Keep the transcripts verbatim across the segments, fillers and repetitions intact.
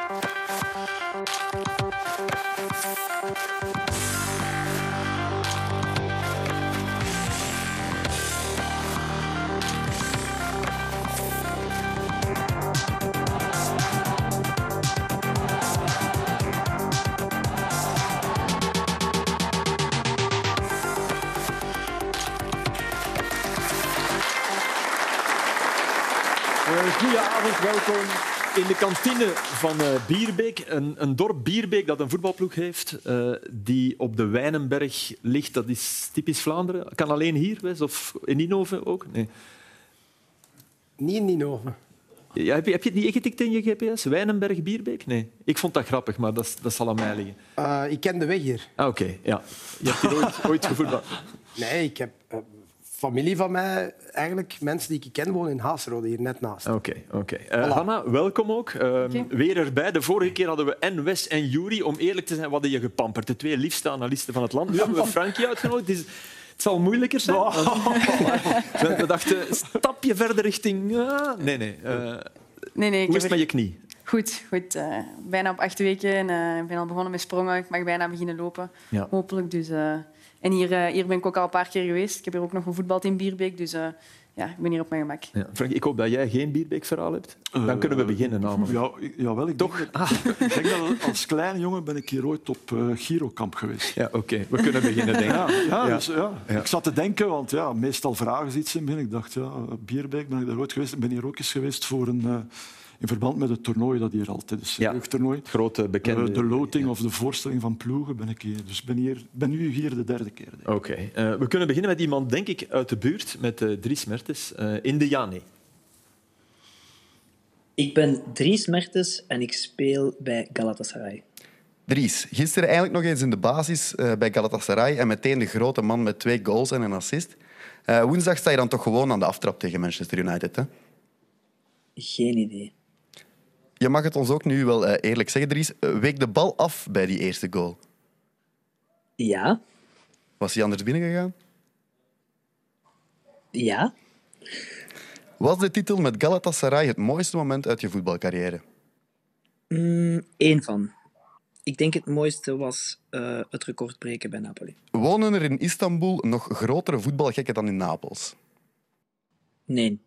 Goedenavond, welkom in de kantine van uh, Bierbeek. Een, een dorp Bierbeek dat een voetbalploeg heeft, uh, die op de Wijnenberg ligt. Dat is typisch Vlaanderen. Kan alleen hier wees, of in Ninove ook? Nee. Niet in Ninove. Ja, heb, je, heb je het niet ingetikt in je G P S? Wijnenberg, Bierbeek? Nee. Ik vond dat grappig, maar dat, dat zal aan mij liggen. Uh, ik ken de weg hier. Ah, oké. Okay, ja. Je hebt hier ooit, ooit gevoetbald? Nee, ik heb... Uh, familie van mij, eigenlijk mensen die ik ken, wonen in Haasrode, hier net naast. Oké, oké. Okay. Uh, voilà. Hanna, welkom ook. Uh, okay. Weer erbij. De vorige keer hadden we en Wes en Yuri. Om eerlijk te zijn, wat hadden je gepamperd. De twee liefste analisten van het land. Nu hebben we Frankie uitgenodigd. Het, is, het zal moeilijker zijn. Oh. We dachten, stapje verder richting... Uh, nee, nee. Uh, nee, nee hoe is het met je knie? Goed, goed. Uh, bijna op acht weken. En, uh, ik ben al begonnen met sprongen. Ik mag bijna beginnen lopen, ja. Hopelijk. Dus... Uh, En hier, uh, hier ben ik ook al een paar keer geweest. Ik heb hier ook nog gevoetbald in Bierbeek, dus uh, ja, ik ben hier op mijn gemak. Ja. Frank, ik hoop dat jij geen Bierbeek-verhaal hebt. Dan uh, kunnen we beginnen. Namelijk. Ja, jawel, ik Toch? Denk, ah. ik denk dat als klein jongen ben ik hier ooit op uh, Girokamp geweest. Ja, oké. Okay. We kunnen beginnen, denk ik. Ja, ja, ja. Dus, ja. ja. Ik zat te denken, want ja, meestal vragen ze iets in me. Ik dacht, ja, Bierbeek, ben ik daar ooit geweest. Ik ben hier ook eens geweest voor een... Uh, in verband met het toernooi dat hier altijd is, het ja, jeugdtoernooi. Grote bekende... Uh, de loting ja. of de voorstelling van ploegen ben ik hier. Dus ben hier, ben nu hier de derde keer. Oké. Okay. Uh, we kunnen beginnen met iemand, denk ik, uit de buurt, met uh, Dries Mertens. Uh, in de ja, nee. Ik ben Dries Mertens en ik speel bij Galatasaray. Dries, gisteren eigenlijk nog eens in de basis uh, bij Galatasaray en meteen de grote man met twee goals en een assist. Uh, woensdag sta je dan toch gewoon aan de aftrap tegen Manchester United, hè? Geen idee. Je mag het ons ook nu wel uh, eerlijk zeggen, Dries. Uh, week de bal af bij die eerste goal. Ja. Was hij anders binnengegaan? Ja. Was de titel met Galatasaray het mooiste moment uit je voetbalcarrière? Mm, Eén van. Ik denk het mooiste was uh, het record breken bij Napoli. Wonen er in Istanbul nog grotere voetbalgekken dan in Napels? Nee.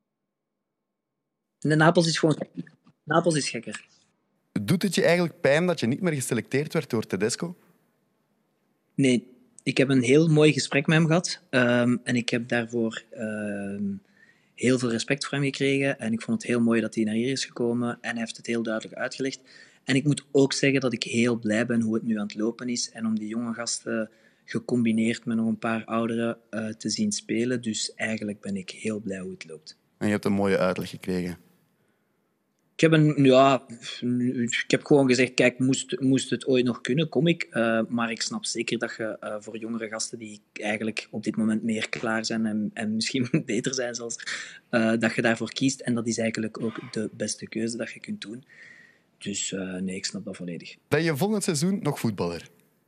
De Napels is gewoon... Napels is gekker. Doet het je eigenlijk pijn dat je niet meer geselecteerd werd door Tedesco? Nee. Ik heb een heel mooi gesprek met hem gehad. Um, en ik heb daarvoor um, heel veel respect voor hem gekregen. En ik vond het heel mooi dat hij naar hier is gekomen. En hij heeft het heel duidelijk uitgelegd. En ik moet ook zeggen dat ik heel blij ben hoe het nu aan het lopen is. En om die jonge gasten gecombineerd met nog een paar ouderen uh, te zien spelen. Dus eigenlijk ben ik heel blij hoe het loopt. En je hebt een mooie uitleg gekregen. Ik heb, een, ja, ik heb gewoon gezegd, kijk, moest, moest het ooit nog kunnen, kom ik. Uh, maar ik snap zeker dat je uh, voor jongere gasten die eigenlijk op dit moment meer klaar zijn en, en misschien beter zijn zelfs, uh, dat je daarvoor kiest. En dat is eigenlijk ook de beste keuze dat je kunt doen. Dus uh, nee, ik snap dat volledig. Ben je volgend seizoen nog voetballer?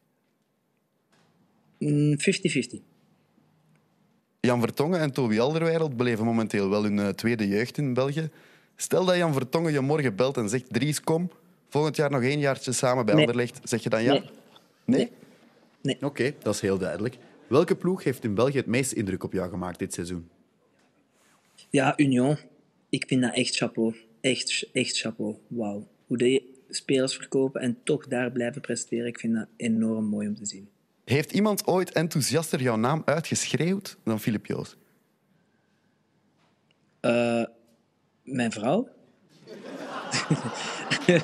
vijftig vijftig. Jan Vertongen en Toby Alderweireld beleven momenteel wel hun uh, tweede jeugd in België. Stel dat Jan Vertongen je morgen belt en zegt: Dries, kom, volgend jaar nog één jaartje samen bij nee. Anderlecht. Zeg je dan ja? Nee. Nee? nee. nee. Oké, okay, dat is heel duidelijk. Welke ploeg heeft in België het meeste indruk op jou gemaakt dit seizoen? Ja, Union. Ik vind dat echt chapeau. Echt, echt chapeau. Wauw. Hoe die spelers verkopen en toch daar blijven presteren, ik vind dat enorm mooi om te zien. Heeft iemand ooit enthousiaster jouw naam uitgeschreeuwd dan Filip Joos? Uh, mijn vrouw. Oké,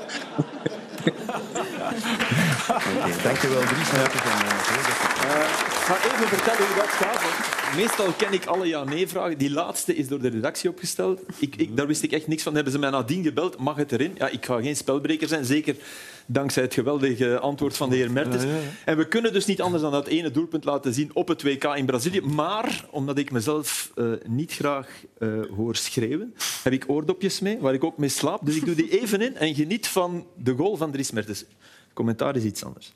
okay, dankjewel Dries Mertens. Ik ga even vertellen hoe dat gaat. Meestal ken ik alle ja-nee-vragen. Die laatste is door de redactie opgesteld. Ik, ik, daar wist ik echt niks van. Hebben ze mij nadien gebeld? Mag het erin? Ja, ik ga geen spelbreker zijn. Zeker dankzij het geweldige antwoord van de heer Mertens. Ja, ja, ja. En we kunnen dus niet anders dan dat ene doelpunt laten zien op het W K in Brazilië. Maar, omdat ik mezelf uh, niet graag uh, hoor schreeuwen, heb ik oordopjes mee, waar ik ook mee slaap. Dus ik doe die even in en geniet van de goal van Dries Mertens. Commentaar is iets anders.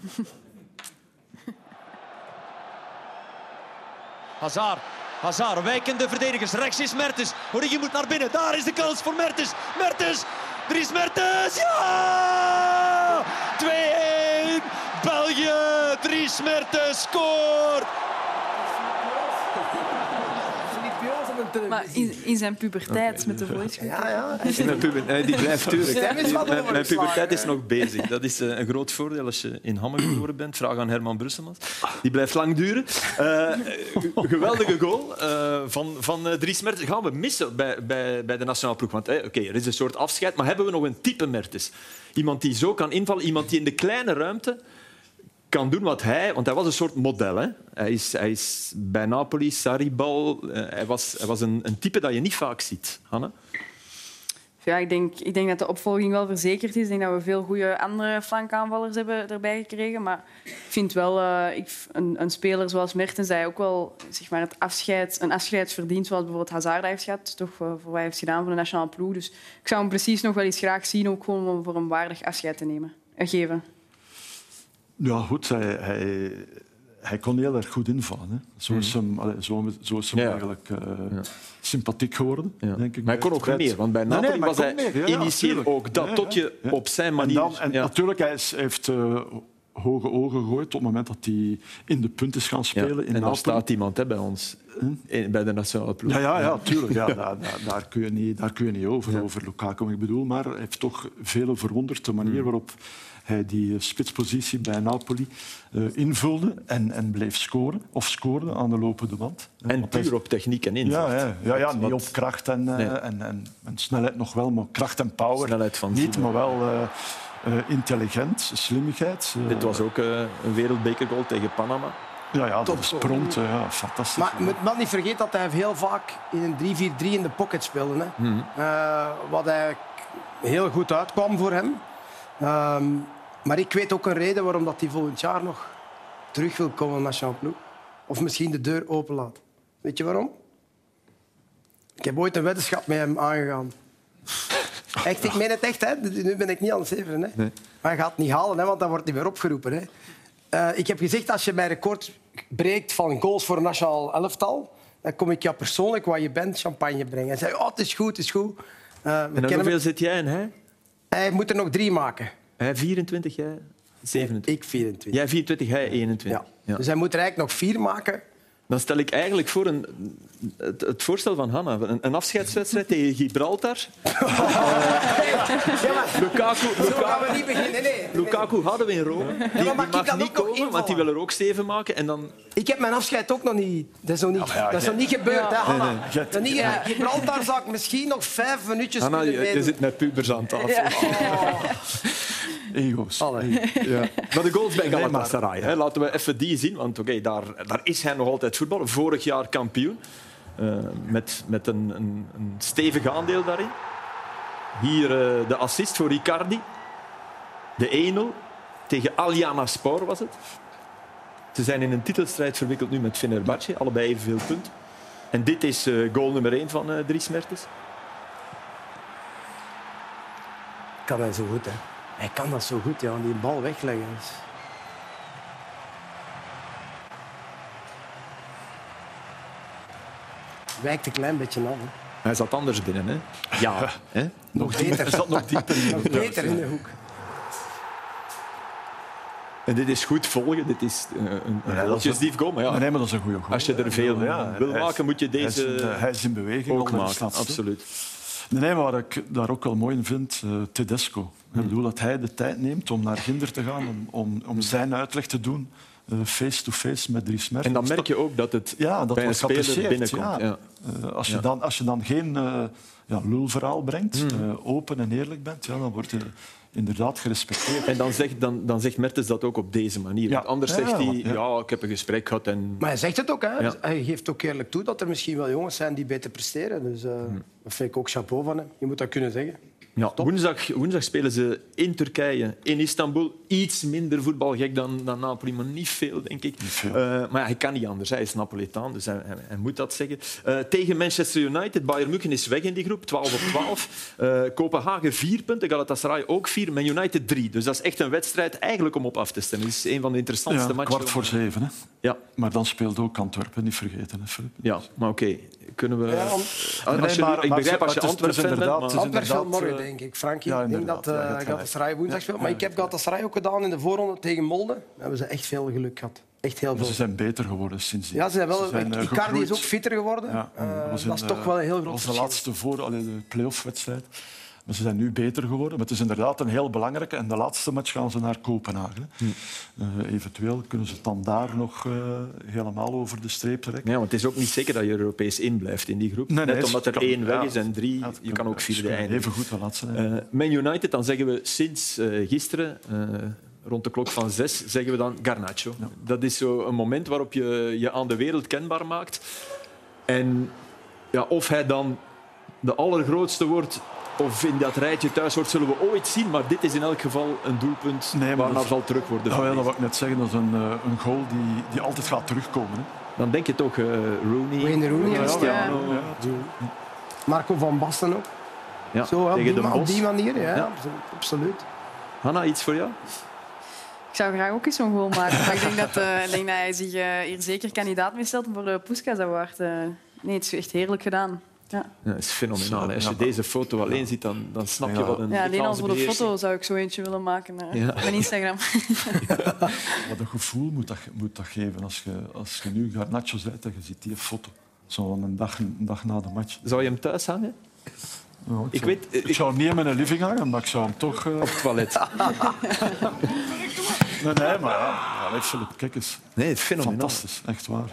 Hazard, Hazard, wijkende verdedigers. Rechts is Mertens. Origi moet naar binnen. Daar is de kans voor Mertens. Mertens, Dries Mertens, ja! Dries Mertens scoort! Maar in, in zijn puberteit okay. met de voice. Ja, ja. In mijn puber, nee, die blijft tuurlijk. Mijn, mijn puberteit is hè? nog bezig. Dat is uh, een groot voordeel als je in Hamme geboren bent. Vraag aan Herman Brusselmans. Die blijft lang duren. Uh, geweldige goal uh, van, van uh, Dries Mertens. Gaan we missen bij, bij, bij de nationale ploeg? Want uh, oké, okay, er is een soort afscheid, maar hebben we nog een type Mertens? Iemand die zo kan invallen, iemand die in de kleine ruimte kan doen wat hij... Want hij was een soort model. Hè? Hij, is, hij is bij Napoli, Sarri-bal. Uh, hij was, hij was een, een type dat je niet vaak ziet. Hanne? Ja, ik denk, ik denk dat de opvolging wel verzekerd is. Ik denk dat we veel goede andere flankaanvallers hebben erbij gekregen. Maar ik vind wel uh, ik, een, een speler zoals Mertens, dat hij ook wel zeg maar, het afscheid, een afscheid verdient, zoals bijvoorbeeld Hazard dat heeft gehad, toch voor, voor wat hij heeft gedaan voor de nationale ploeg. Dus ik zou hem precies nog wel eens graag zien, ook gewoon om voor een waardig afscheid te nemen, uh, geven. Ja, goed. Hij, hij, hij kon heel erg goed invallen. Hè. Zo is hem, allee, zo, zo is hem ja. eigenlijk uh, ja. sympathiek geworden, ja. denk ik. Maar hij kon ook meer, want bij Napoli nee, nee, was hij meer, ja, initieel ja, ook dat, ja, tot je ja. op zijn manier... En, dan, en ja. natuurlijk, hij is, heeft uh, hoge ogen gegooid op het moment dat hij in de punt is gaan spelen. Ja. In en daar staat iemand hè, bij ons, hm? bij de nationale ploeg. Ja, ja, ja tuurlijk. Ja, daar, daar, daar, kun je niet, daar kun je niet over, ja. over Lukaku. Ik bedoel, maar hij heeft toch velen verwonderd de manier hm. waarop hij die spitspositie bij Napoli uh, invulde en, en bleef scoren, of scoorde aan de lopende band. En Want puur hij... op techniek en inzet. Ja, ja, ja, ja niet op kracht en, uh, nee. en, en, en snelheid nog wel, maar kracht en power snelheid van niet, maar wel uh, uh, intelligent, slimmigheid. Uh, Dit was ook uh, een wereldbekergoal tegen Panama. Ja, ja, dat is prompt. Ja, fantastisch. Maar je moet wel niet vergeten dat hij heel vaak in een drie vier drie in de pocket speelde. Hè. Mm-hmm. Uh, wat eigenlijk heel goed uitkwam voor hem. Um, maar ik weet ook een reden waarom dat hij volgend jaar nog terug wil komen naar de nationale ploeg. Of misschien de deur openlaat. Weet je waarom? Ik heb ooit een weddenschap met hem aangegaan. Echt, ik meen het echt. Hè. Nu ben ik niet aan het zeveren. Hè. Nee. Maar hij gaat het niet halen, hè, want dan wordt hij weer opgeroepen. Hè. Uh, ik heb gezegd, als je mijn record breekt van goals voor een nationaal elftal, dan kom ik jou persoonlijk, waar je bent, champagne brengen. Hij zei, oh, het is goed, het is goed. Uh, en hoeveel hem... zit jij en hij? Hij moet er nog drie maken. Hij vierentwintig, jij zevenentwintig. Ik vierentwintig. Jij vierentwintig, hij eenentwintig. Ja. Ja. Dus hij moet er eigenlijk nog vier maken. Dan stel ik eigenlijk voor een, het, het voorstel van Hanna. Een, een afscheidswedstrijd tegen Gibraltar. uh, ja, Lukaku, Lukaku, zo gaan we niet beginnen. Nee, Lukaku hadden we in Rome. Die, ja, die mag niet komen, want die wil er ook zeven maken. En dan... Ik heb mijn afscheid ook nog niet... Dat is nog niet, ja, ja, dat is nog niet gebeurd, ja. hè, Hanna. Nee, nee. Dat niet, ja. Gibraltar zou ik misschien nog vijf minuutjes Hanna, kunnen meedoen. Je zit met pubers aan tafel. Ja. Oh. Ego's. Ja. Maar de goals bij Galatasaray, hè, laten we even die zien. Want okay, daar, daar is hij nog altijd voetballer. Vorig jaar kampioen. Uh, met met een, een, een stevig aandeel daarin. Hier uh, de assist voor Icardi. De één nul. Tegen Aliyanaspor was het. Ze zijn in een titelstrijd verwikkeld nu met Fenerbahce. Allebei evenveel punten. En dit is uh, goal nummer één van uh, Dries Mertens. Kan hij zo goed, hè? Hij kan dat zo goed, ja, die bal wegleggen. Wijkt een klein beetje af. Hè. Hij zat anders binnen, hè? Ja. Hè? Nog beter. Hij zat nog dieper in de hoek. Nog beter in de hoek. En dit is goed volgen. Dit is een, een ja, relatief goal. Maar ja, nee, maar dat is een goede goal. Als je er veel ja, wil maken, moet je deze hij is, uh, hij is in beweging ook maken. Absoluut. Nee, nee, maar wat ik daar ook wel mooi in vind, uh, Tedesco. Ik bedoel dat hij de tijd neemt om naar Ginder te gaan, om, om, om zijn uitleg te doen, face-to-face uh, -face met Dries Mertens. En dan merk je ook dat het ja, dat bij een speler binnenkomt. Ja. Ja. Uh, als, je ja. dan, als je dan geen uh, ja, lulverhaal brengt, mm. uh, open en eerlijk bent, ja, dan wordt je inderdaad gerespecteerd. En dan zegt, dan, dan zegt Mertens dat ook op deze manier. Ja. Anders ja, zegt hij, ja, ja, ik heb een gesprek gehad. En... Maar hij zegt het ook. Hè. Ja. Hij geeft ook eerlijk toe dat er misschien wel jongens zijn die beter presteren. Dus uh, mm. dat vind ik ook chapeau van hem. Je moet dat kunnen zeggen. Ja, woensdag, woensdag spelen ze in Turkije, in Istanbul. Iets minder voetbalgek dan, dan Napoli, maar niet veel, denk ik. Veel. Uh, maar ja, hij kan niet anders. Hij is Napoletaan, dus hij, hij, hij moet dat zeggen. Uh, tegen Manchester United. Bayern München is weg in die groep, twaalf op twaalf. Uh, Kopenhagen vier punten, Galatasaray ook vier, Man United drie. Dus dat is echt een wedstrijd eigenlijk om op af te stemmen. Dat is een van de interessantste ja, matchen. Kwart voor zeven. Hè? Ja. Maar dan speelt ook Antwerpen, niet vergeten. Hè, ja, maar oké. Okay. Kunnen we... Ja, om... als je, nee, maar, ik begrijp als je Antwerpen bent. Maar... Antwerpen morgen, denk ik. Frankie, ja, ik denk dat uh, Galatasaray woensdag speelt. Maar ik heb Galatasaray ook gedaan in de voorronde tegen Molde. Daar hebben ze echt veel geluk gehad. Echt heel veel. Ze zijn beter geworden sindsdien. Ja, ze zijn wel. Ze zijn, uh, Icardi is ook fitter geworden. Ja, uh, dat, dat is toch wel een heel groot was de verschil. laatste voor allee, de play-off-wedstrijd. Maar ze zijn nu beter geworden. Maar het is inderdaad een heel belangrijke. En de laatste match gaan ze naar Kopenhagen. Hm. Uh, eventueel kunnen ze het dan daar nog uh, helemaal over de streep trekken. Ja, want het is ook niet zeker dat je Europees in blijft in die groep. Nee, nee, Net omdat er kan, één weg ja, is en drie, ja, je kan, kan ook vierde eindigen. Even goed de laatste. Uh, Man United, dan zeggen we sinds uh, gisteren... Uh, rond de klok van zes zeggen we dan Garnacho. Ja. Dat is zo een moment waarop je je aan de wereld kenbaar maakt. En ja, of hij dan de allergrootste wordt of in dat rijtje thuis wordt, zullen we ooit zien. Maar dit is in elk geval een doelpunt nee, waarnaar dat zal terug worden. Nou, ja, dat wil ik net zeggen. Dat is een, een goal die, die altijd gaat terugkomen. Hè. Dan denk je toch uh, Rooney. Wayne Rooney. Ja, Cristiano. Ja, ja. Marco van Basten ook. Ja, Zo, op, tegen die, de op die manier, ja, ja. absoluut. Hanna, iets voor jou? Ik zou graag ook eens zo'n goal maken. Maar ik denk dat, uh, ik denk dat hij zich uh, hier zeker kandidaat mee stelt voor de Puskas Award. Uh, nee, het is echt heerlijk gedaan. Ja. Ja, dat is fenomenaal. Als je deze foto alleen ziet, dan, dan snap je wat een... Ja, alleen al voor de foto zou ik zo eentje willen maken uh, ja. op mijn Instagram. Ja. Wat een gevoel moet dat, moet dat geven als je, als je nu Garnacho bent en je ziet die foto. Zo een dag, een dag na de match. Zou je hem thuis hangen? Ja, ik, ik, zou, weet, ik, ik zou hem niet in mijn living hangen, maar ik zou hem toch... Uh... Op het toilet. nee, nee, maar ja. ja Philip, kijk eens. Nee, het is fenomenaal. Fantastisch, echt waar.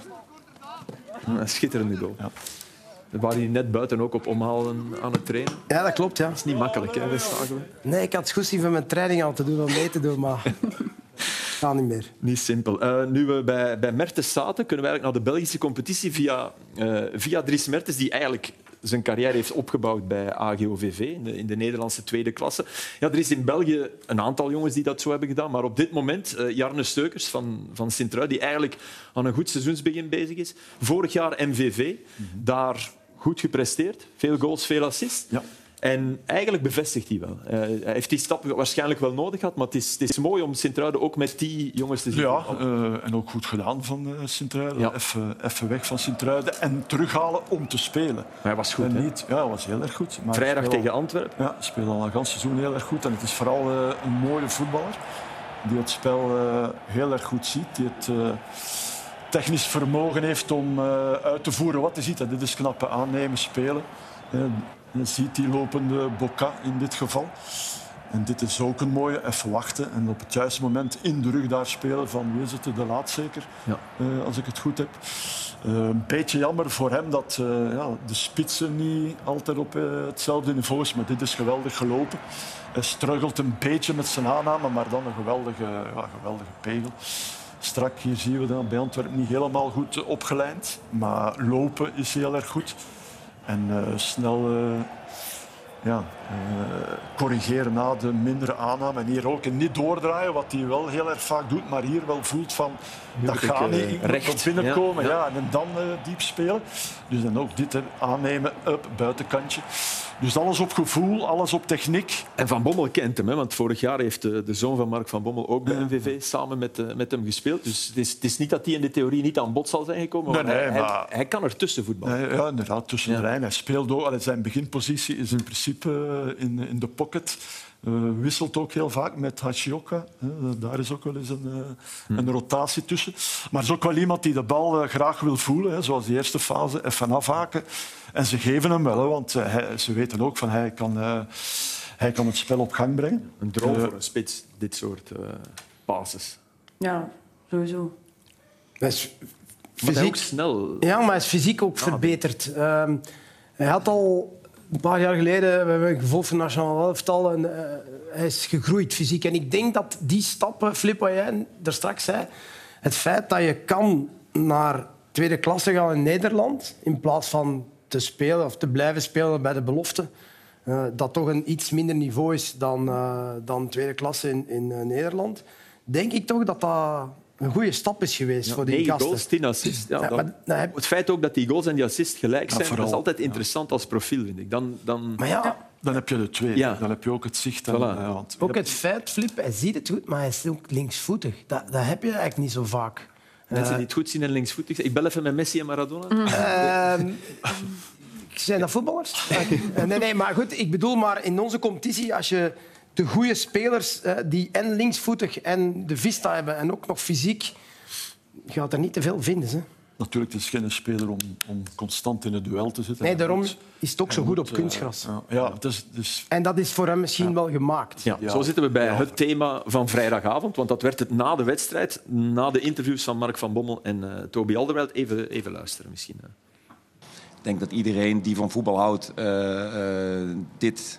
Ja, een schitterende goal. Ja. We waren hier net buiten ook op omhalen aan het trainen. Ja, dat klopt. Ja. Dat is niet makkelijk, hè, Westfalen. Nee, ik had het goed zien van mijn training aan te doen om mee te doen, maar... Gaat niet meer. Niet simpel. Uh, nu we bij, bij Mertens zaten, kunnen we eigenlijk naar de Belgische competitie via, uh, via Dries Mertens, die eigenlijk zijn carrière heeft opgebouwd bij A G O V V, in de, in de Nederlandse tweede klasse. Ja, er is in België een aantal jongens die dat zo hebben gedaan, maar op dit moment uh, Jarne Steukers van, van Sint-Truiden, die eigenlijk aan een goed seizoensbegin bezig is. Vorig jaar M V V, mm-hmm. daar goed gepresteerd. Veel goals, veel assists. Ja. En eigenlijk bevestigt hij wel. Uh, hij heeft die stap waarschijnlijk wel nodig gehad, maar het is, het is mooi om Sint-Truiden ook met die jongens te zien. Ja, uh, en ook goed gedaan van uh, Sint-Truiden. Ja. Even, even weg van Sint-Truiden en terughalen om te spelen. Maar hij was goed, hè? Niet, ja, hij was heel erg goed. Maar vrijdag speelde, tegen Antwerpen. Ja, hij speelde al een ganse seizoen heel erg goed. En het is vooral uh, een mooie voetballer die het spel uh, heel erg goed ziet. Die het uh, technisch vermogen heeft om uh, uit te voeren wat hij ziet. En dit is knappe aannemen, spelen. Uh, Je ziet die lopende Boca in dit geval. En dit is ook een mooie. Even wachten en op het juiste moment in de rug daar spelen van wie is het, de laat zeker, ja. uh, als ik het goed heb. Uh, een beetje jammer voor hem dat uh, ja, de spitsen niet altijd op uh, hetzelfde niveau is. Maar dit is geweldig gelopen. Hij struggelt een beetje met zijn aanname, maar dan een geweldige, ja, geweldige pegel. Strak, hier zien we dat bij Antwerpen niet helemaal goed opgelijnd. Maar lopen is heel erg goed. En uh, snel uh, ja, uh, corrigeren na de mindere aanname. En hier ook en niet doordraaien, wat hij wel heel erg vaak doet. Maar hier wel voelt van, nu dat gaat niet. Ik moet tot binnenkomen. Ja, ja. Ja, en dan uh, diep spelen. Dus dan ook dit, hè, aannemen, up, buitenkantje. Dus alles op gevoel, alles op techniek. En Van Bommel kent hem, hè, want vorig jaar heeft de, de zoon van Mark Van Bommel ook bij M V V samen met, uh, met hem gespeeld. Dus het is, het is niet dat hij in de theorie niet aan bod zal zijn gekomen, maar, nee, nee, hij, maar... Hij, hij kan er tussen voetballen. Nee, ja, inderdaad, tussen ja. de lijn. Hij speelt ook. Zijn beginpositie is in principe uh, in, in de pocket. Uh, wisselt ook heel vaak met Hachioka. Uh, daar is ook wel eens een, uh, hmm. een rotatie tussen. Maar is ook wel iemand die de bal uh, graag wil voelen. Hè, zoals de eerste fase, even afhaken. En ze geven hem wel, hè, want uh, hij, ze weten ook van hij kan, uh, hij kan het spel op gang brengen. Een droom uh, voor een spits, dit soort uh, passes. Ja, sowieso. Hij is fysiek ook snel. Ja, maar hij is fysiek ook ah, verbeterd. Uh, hij had al een paar jaar geleden, we hebben gevolgd van Nationaal Elftal, en uh, hij is gegroeid fysiek. En ik denk dat die stappen, Flip, wat jij er straks zei, het feit dat je kan naar tweede klasse gaan in Nederland, in plaats van te spelen of te blijven spelen bij de belofte, uh, dat toch een iets minder niveau is dan, uh, dan tweede klasse in, in uh, Nederland, denk ik toch dat dat een goede stap is geweest ja, voor die gasten. Goals, tien assists. Ja, ja, dan, maar, nou, het feit ook dat die goals en die assists gelijk zijn, ja, dat is altijd interessant ja. als profiel, vind ik. Dan, dan... Maar ja, dan heb je de twee. Ja. Dan heb je ook het zicht. En, voilà. ja, want ook het feit, Flip, hij ziet het goed, maar hij is ook linksvoetig. Dat, dat heb je eigenlijk niet zo vaak. Mensen die het goed zien en linksvoetig zijn. Ik bel even met Messi en Maradona. Mm. Uh, zijn dat voetballers? nee, nee, maar goed, ik bedoel maar in onze competitie, als je de goede spelers uh, die en linksvoetig en de vista hebben en ook nog fysiek Je gaat er niet te veel vinden. Hè? Natuurlijk, het is geen speler om, om constant in het duel te zitten. Nee, daarom moet, is het ook zo goed moet, op kunstgras. Uh, ja, ja, het is, het is... En dat is voor hem misschien ja. wel gemaakt. Ja, ja. Zo zitten we bij ja. het thema van vrijdagavond. Want dat werd het na de wedstrijd, na de interviews van Mark van Bommel en uh, Toby Alderweireld. Even, even luisteren misschien. Uh. Ik denk dat iedereen die van voetbal houdt uh, uh, dit...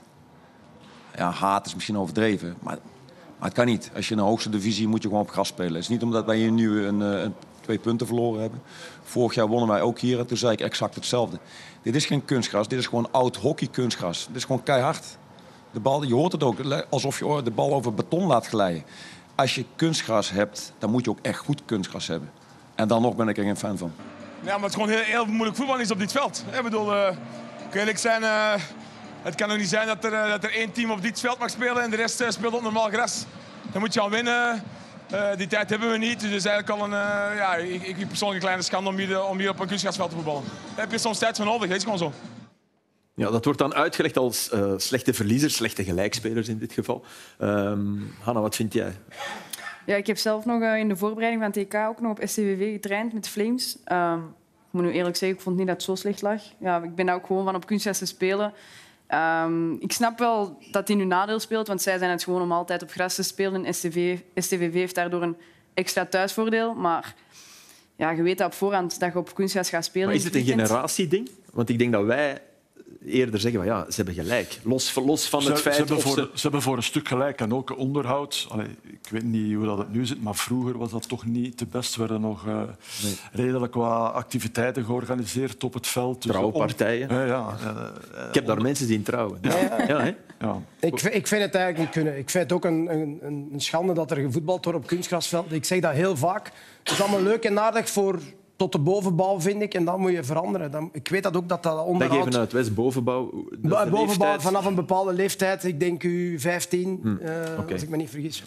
Ja, haat is misschien overdreven, maar, maar het kan niet. Als je in de hoogste divisie moet je gewoon op gras spelen. Het is niet omdat wij hier nu een, een, twee punten verloren hebben. Vorig jaar wonnen wij ook hier en toen zei ik exact hetzelfde. Dit is geen kunstgras, dit is gewoon oud hockey kunstgras. Dit is gewoon keihard. De bal, je hoort het ook, alsof je de bal over beton laat glijden. Als je kunstgras hebt, dan moet je ook echt goed kunstgras hebben. En dan nog ben ik er geen fan van. Ja, maar het is gewoon heel, heel moeilijk voetbal is op dit veld. Ik bedoel, uh, ik eerlijk zijn... Uh... Het kan ook niet zijn dat er, dat er één team op dit veld mag spelen en de rest speelt op normaal gras. Dan moet je al winnen. Uh, die tijd hebben we niet. Dus het is eigenlijk al een, uh, ja, ik, ik persoonlijk een kleine schande om hier, om hier op een kunstgrasveld te voetballen. Daar heb je soms tijd voor nodig, dat is gewoon zo. Ja, dat wordt dan uitgelegd als uh, slechte verliezers, slechte gelijkspelers in dit geval. Um, Hanna, wat vind jij? Ja, ik heb zelf nog uh, in de voorbereiding van het T K ook nog op S C W V getraind met Flames. Uh, ik moet nu eerlijk zeggen, ik vond niet dat het zo slecht lag. Ja, ik ben daar ook gewoon van op kunstgras te spelen. Um, ik snap wel dat die nu nadeel speelt, want zij zijn het gewoon om altijd op gras te spelen. En S T V V heeft daardoor een extra thuisvoordeel. Maar ja, je weet dat op voorhand dat je op kunstgras gaat spelen. Maar is het een generatieding? Want ik denk dat wij eerder zeggen van ja, ze hebben gelijk. Los, los van het ze, feit... Ze hebben, voor, ze... ze hebben voor een stuk gelijk. En ook onderhoud. Allee, ik weet niet hoe dat het nu zit, maar vroeger was dat toch niet te best. Er werden nog uh, nee. redelijk wat activiteiten georganiseerd op het veld. Dus Trouwpartijen. On... Ja, ja, uh, uh, ik heb daar mensen zien trouwen. Ja. Ja, ja. Ja, ja. Ik, ik vind het eigenlijk niet kunnen. Ik vind het ook een, een, een schande dat er gevoetbald wordt op kunstgrasveld. Ik zeg dat heel vaak. Het is allemaal leuk en aardig voor... tot de bovenbouw, vind ik. En dat moet je veranderen. Dan, ik weet dat ook dat dat onderhoud... Dat geven uit West bovenbouw. Bovenbouw leeftijd... vanaf een bepaalde leeftijd. Ik denk u vijftien, hmm. uh, okay. als ik me niet vergis.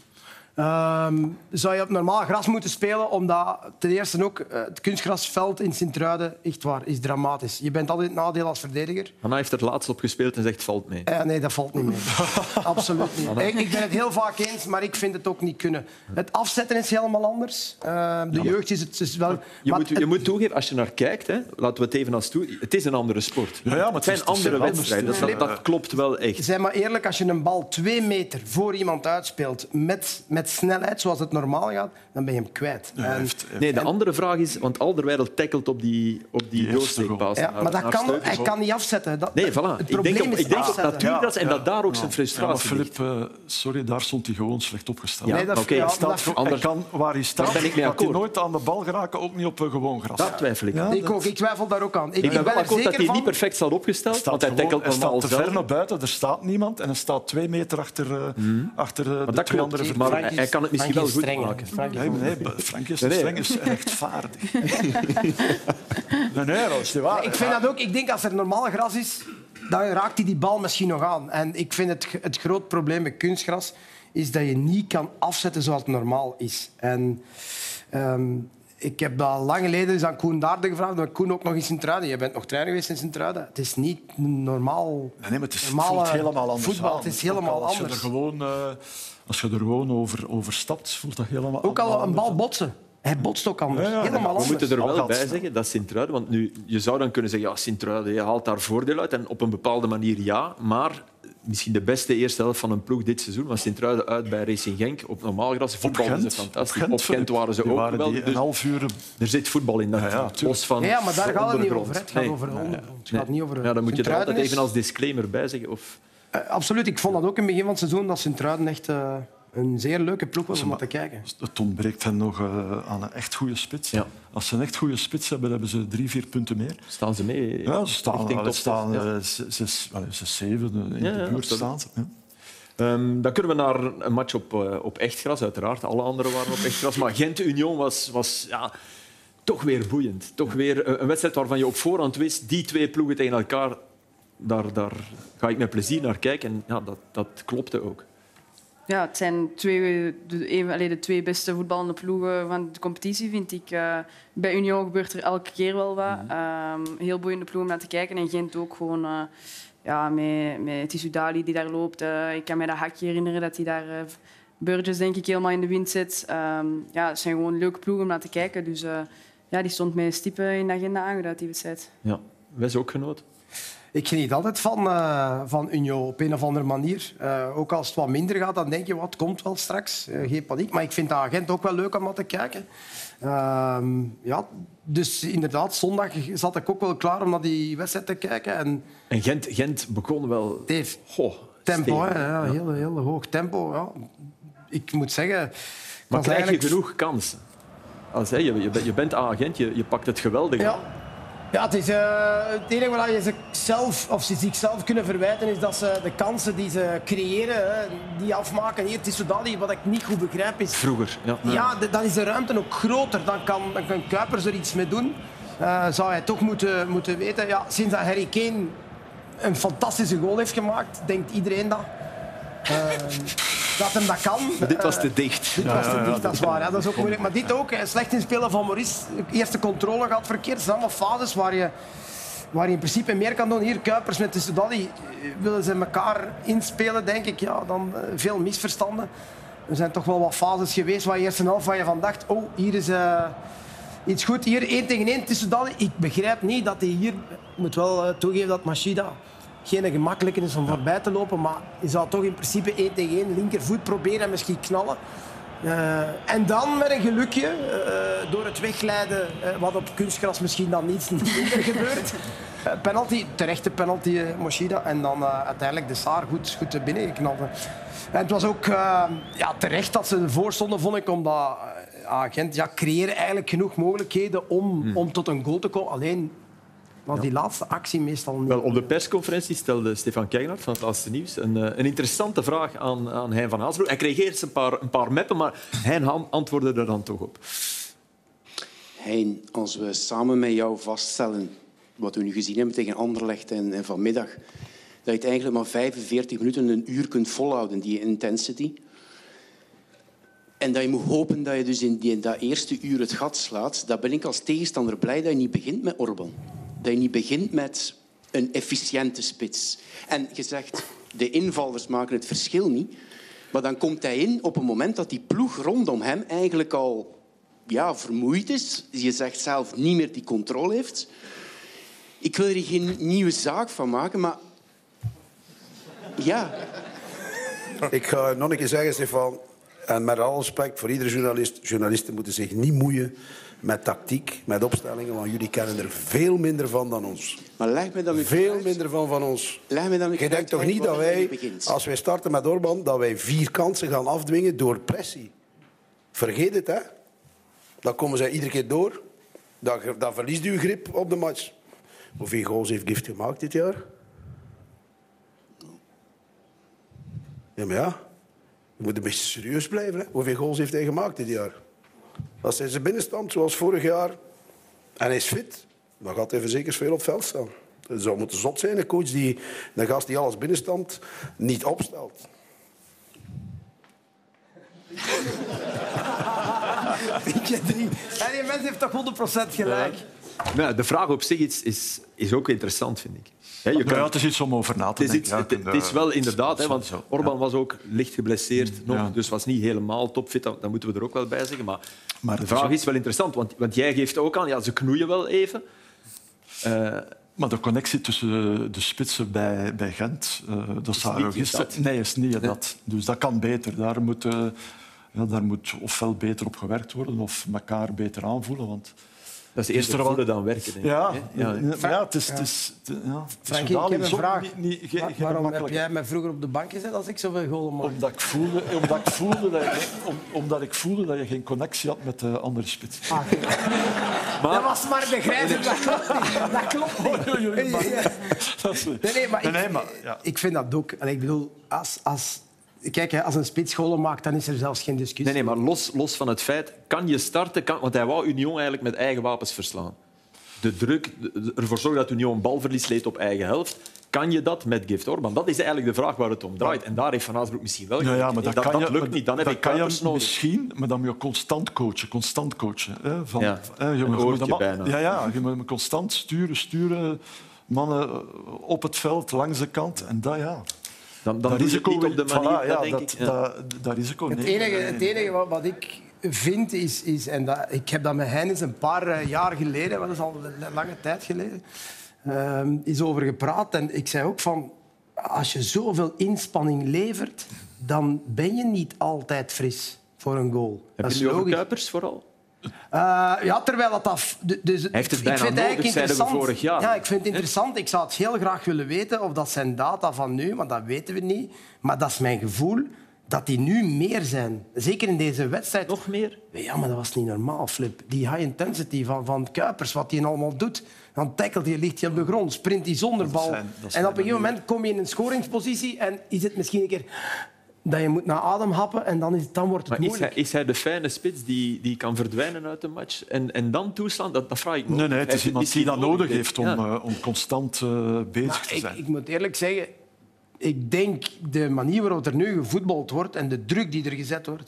Um, zou je op normaal gras moeten spelen, omdat ten eerste ook uh, het kunstgrasveld in Sint-Truiden, echt waar, is dramatisch. Je bent altijd het nadeel als verdediger. Hanna heeft er laatst op gespeeld en zegt valt mee. Uh, nee, dat valt niet mee. Absoluut niet. Ik, ik ben het heel vaak eens, maar ik vind het ook niet kunnen. Het afzetten is helemaal anders. Uh, de ja, jeugd is het is wel... Je, moet, je het... moet toegeven, als je naar kijkt, hè, laten we het even als toe. Het is een andere sport. Ja, ja, maar het, het zijn andere wedstrijden. Dat, dat, dat klopt wel echt. Zeg maar eerlijk, als je een bal twee meter voor iemand uitspeelt met, met snelheid, zoals het normaal gaat, dan ben je hem kwijt. Ja, en, heeft, heeft. Nee, de andere vraag is, want Alderweireld tackelt op die, op die, die doorsteekpaas. Ja, maar dat kan, hij kan niet afzetten. Dat, nee, voilà. Het probleem ik denk, is ik denk afzetten. dat natuurlijk ja, en dat daar ook ja, zijn frustratie ja, maar Filip, uh, sorry, daar stond hij gewoon slecht opgesteld. Ja, nee, dat, okay, ja, staat, dat, anders, hij kan, waar hij staat, ben ik mee gaat hij nooit aan de bal geraken, ook niet op uh, gewoon gras. Dat twijfel ik. Ja, ik, ook, ik twijfel daar ook aan. Ik, ik ben wel akkoord dat hij van... niet perfect staat opgesteld, want hij gewoon, tackelt normaal Hij staat te zelf. ver naar buiten, er staat niemand en hij staat twee meter achter, uh, mm. achter uh, de dat twee klopt, andere maar verdedigers. hij kan het misschien wel goed maken. Nee, nee, Frank is streng, is rechtvaardig. nee, nee, dat is niet waar. Ik vind dat ook. Ik denk als er normaal gras is, dan raakt hij die bal misschien nog aan. En ik vind het, het groot probleem met kunstgras is dat je niet kan afzetten zoals het normaal is. En um, ik heb dat lang geleden eens aan Koen Daarde gevraagd, maar Koen ook nog in Sint-Truiden. Je bent nog trainer geweest in Sint-Truiden. Het is niet normaal. Nee, nee, maar het is, normale voelt helemaal anders voetbal. aan. Het is helemaal als anders. Je er gewoon, uh, als je er gewoon over, over stapt, voelt dat helemaal Ook al een bal aan. botsen. Hij botst ook anders. Ja, ja. Helemaal anders. We moeten er wel bij zeggen dat Sint-Truiden... Want nu, je zou dan kunnen zeggen, ja, Sint-Truiden, je haalt daar voordeel uit. En op een bepaalde manier ja. Maar misschien de beste eerste helft van een ploeg dit seizoen was Sint-Truiden uit bij Racing Genk. Op normaal gras voetbalden ze fantastisch. Op Gent, op Gent waren ze ook waren wel. Dus een half uur... Er zit voetbal in dat ja, ja, los van ja, maar daar gaat het niet over. Het gaat nee. over de ondergrond. Het Nee. gaat niet over Ja, dan moet je er altijd is... even als disclaimer bij zeggen. Of... Uh, absoluut. Ik vond dat ook in het begin van het seizoen dat Sint-Truiden echt... Uh, een zeer leuke ploeg was om naar te kijken. Het ontbreekt hen nog uh, aan een echt goede spits. Ja. Als ze een echt goede spits hebben, hebben ze drie, vier punten meer. Staan ze mee? Ja, ze staan, top, staan ja. uh, zes, zes, zeven in ja, de buurt ja, staan ze. Ja. Um, dan kunnen we naar een match op, uh, op echt gras, uiteraard. Alle anderen waren op echt gras. Maar Gent-Union was, was ja, toch weer boeiend. Toch weer een wedstrijd waarvan je op voorhand wist, die twee ploegen tegen elkaar, daar, daar ga ik met plezier naar kijken. En ja, dat, dat klopte ook. Ja, het zijn twee, de, een, allee, de twee beste voetballende ploegen van de competitie, vind ik. Uh, bij Union gebeurt er elke keer wel wat. Um, heel boeiende ploeg om naar te kijken. En Gent ook gewoon uh, ja, met, met Tissou Dali die daar loopt. Uh, ik kan me dat hakje herinneren dat hij daar uh, Burgess denk ik helemaal in de wind zit. Um, ja, het zijn gewoon leuke ploegen om naar te kijken. Dus uh, ja, die stond met stippen in de agenda aangeduid, die wedstrijd. Ja, Wes ook genoten. Ik geniet altijd van, uh, van Union op een of andere manier. Uh, ook als het wat minder gaat, dan denk je, wat komt wel straks. Uh, geen paniek. Maar ik vind de agent ook wel leuk om naar te kijken. Uh, ja, dus inderdaad, zondag zat ik ook wel klaar om naar die wedstrijd te kijken. En, en Gent, Gent begon wel... Het heeft Goh, tempo, hè, ja, heel, heel hoog tempo. Ja. Ik moet zeggen... Maar krijg eigenlijk... je genoeg kansen? Als, hè, je, je bent agent, je, je pakt het geweldig. Ja. Ja, het, is, uh, het enige wat je zichzelf, of ze zichzelf kunnen verwijten is dat ze de kansen die ze creëren, hè, die afmaken. Hier, het is zodat wat ik niet goed begrijp is... Vroeger, ja. Ja, de, dan is de ruimte ook groter. Dan kan, dan kan Kuipers er iets mee doen. Uh, zou hij toch moeten, moeten weten. Ja, sinds dat Harry Kane een fantastische goal heeft gemaakt, denkt iedereen dat. Uh, dat hem dat kan. Maar dit was te dicht. Uh, dit ja, was te ja, dicht, ja, dat is waar. Ja, dat is ook moeilijk. Maar dit ook, slecht inspelen van Maurice. Eerste controle gaat verkeerd. Het zijn allemaal fases waar je, waar je in principe meer kan doen. Hier, Kuipers met de Soudali, willen ze elkaar inspelen, denk ik. Ja, dan uh, veel misverstanden. Er zijn toch wel wat fases geweest waar je eerst een half waar je van dacht, oh, hier is uh, iets goed. Hier, één tegen één tussen Soudali. Ik begrijp niet dat hij hier... Ik moet wel uh, toegeven dat Machida... geen gemakkelijke is om voorbij te lopen, maar je zou toch in principe één tegen één linkervoet proberen en misschien knallen. Uh, en dan met een gelukje, uh, door het wegglijden, uh, wat op kunstgras misschien dan niets minder gebeurt. Uh, penalty, terechte penalty, uh, Moshida. En dan uh, uiteindelijk de Saar goed, goed binnengeknald. En het was ook uh, ja, terecht dat ze ervoor stonden, vond ik, omdat uh, Agent ja, creëren eigenlijk genoeg mogelijkheden om, hmm. om tot een goal te komen. Alleen... was die laatste actie meestal niet. Wel, op de persconferentie stelde Stefan Keijnaert van het Laatste Nieuws een, een interessante vraag aan, aan Hein van Haasbroek. Hij kreeg eerst een paar, een paar meppen, maar Hein antwoordde er dan toch op. Hein, als we samen met jou vaststellen wat we nu gezien hebben tegen Anderlecht en, en vanmiddag, dat je het eigenlijk maar vijfenveertig minuten, een uur kunt volhouden, die intensity. En dat je moet hopen dat je dus in, die, in dat eerste uur het gat slaat, dan ben ik als tegenstander blij dat je niet begint met Orban. Dat je niet begint met een efficiënte spits. En je zegt, de invallers maken het verschil niet. Maar dan komt hij in op een moment dat die ploeg rondom hem eigenlijk al ja, vermoeid is. Je zegt zelf niet meer die controle heeft. Ik wil er geen nieuwe zaak van maken, maar... Ja. Ik ga nog een keer zeggen, Stefan... En met alle respect voor iedere journalist... Journalisten moeten zich niet moeien met tactiek, met opstellingen, want jullie kennen er veel minder van dan ons. Maar leg me dan veel uit. minder van van ons. Leg me dan Je denkt toch niet dat wij, als wij starten met Orban, dat wij vier kansen gaan afdwingen door pressie. Vergeet het, hè. Dan komen zij iedere keer door. Dan, dan verliest u uw grip op de match. Hoeveel goals heeft Gift gemaakt dit jaar? Ja, maar ja. Je moet een beetje serieus blijven. Hè? Hoeveel goals heeft hij gemaakt dit jaar? Als hij zijn binnenstand, zoals vorig jaar, en hij is fit, dan gaat hij verzekerd veel op het veld staan. Het zou moeten zot zijn, een coach die een gast die alles binnenstand niet opstelt. Vind drie? Ja, die mens heeft toch honderd procent gelijk. Ja. De vraag op zich is, is, is ook interessant, vind ik. He, je kan... ja, het is iets om over na te het is denken. Iets, ja, het, het is wel inderdaad, hè, want Orban was ook licht geblesseerd, nog, ja. dus was niet helemaal topfit. Dat, dat moeten we er ook wel bij zeggen. Maar, maar de vraag is wel interessant, want, want jij geeft ook aan, ja, ze knoeien wel even. Uh, maar de connectie tussen de spitsen bij, bij Gent, uh, dat Sarogisten... Nee, is niet nee. dat. Dus dat kan beter. Daar moet, uh, ja, daar moet ofwel beter op gewerkt worden of elkaar beter aanvoelen, want... Dat is eerder voelen dan werken, denk ik. Ja, ja. Maar ja, het is... Het is ja. Frankie, ik heb een vraag. Niet, niet, geen, Waar, waarom geen heb jij mij vroeger op de bank gezet als ik zoveel golen maakte? Omdat ik voelde, omdat ik voelde, dat, je, om, omdat ik voelde dat je geen connectie had met de andere spits. Ah, maar, dat was maar begrijpelijk. Dat klopt niet. Dat klopt niet. Nee, nee, maar, ik, nee, nee, maar ja. ik vind dat ook. En ik bedoel, als... als Kijk, als een spits golen maakt, dan is er zelfs geen discussie. Nee, nee, maar los, los van het feit, kan je starten... Kan, want hij wou Union eigenlijk met eigen wapens verslaan. De druk, de, ervoor zorgen dat Union balverlies leed op eigen helft. Kan je dat met Gift Orban? Dat is eigenlijk de vraag waar het om draait. En daar heeft Van Haasbroek misschien wel ja, ja, maar dat, dat, kan dat je, lukt niet. Dan heb ik Kuipers nodig. Misschien, maar dan moet je constant coachen. Constant coachen. Hè, van, ja, hè, je een moet, oortje je bijna. Ja, ja, je moet constant sturen, sturen. Mannen op het veld, langs de kant. En dat, ja... Dan, dan dat doe je risico, het niet op de manier, voilà, ja, dat denk dat, ik. Ja. dat, dat risico, Het nee. enige, het enige wat, wat ik vind is... is en dat, ik heb dat met Heijnens een paar uh, jaar geleden, dat is al een lange tijd geleden, uh, is over gepraat. En ik zei ook van... Als je zoveel inspanning levert, dan ben je niet altijd fris voor een goal. Heb dat je is nu over logisch. Kuipers vooral? Uh, ja, terwijl dat... af. Dus, Hij heeft het ik bijna vind nodig, eigenlijk zeiden we interessant. vorig jaar. Ja, ik vind het interessant. Ik zou het heel graag willen weten of dat zijn data van nu, want dat weten we niet. Maar dat is mijn gevoel, dat die nu meer zijn. Zeker in deze wedstrijd. Nog meer? Ja, maar dat was niet normaal, Flip. Die high intensity van, van Kuipers, wat hij allemaal doet. Dan tackelt hij, ligt hij op de grond, sprint hij zonder bal. zijn- dat En zijn op een gegeven manieren. moment kom je in een scoringspositie en is het misschien een keer dat je moet naar adem happen en dan, is, dan wordt het Maar is moeilijk. hij, is hij de fijne spits die, die kan verdwijnen uit de match en, en dan toeslaan? Dat, dat vraag ik me Nee, ook. nee, het is Hij- iemand die dat nodig heeft om, Ja. uh, om constant uh, bezig Maar te ik, zijn. ik moet eerlijk zeggen, ik denk de manier waarop er nu gevoetbald wordt en de druk die er gezet wordt,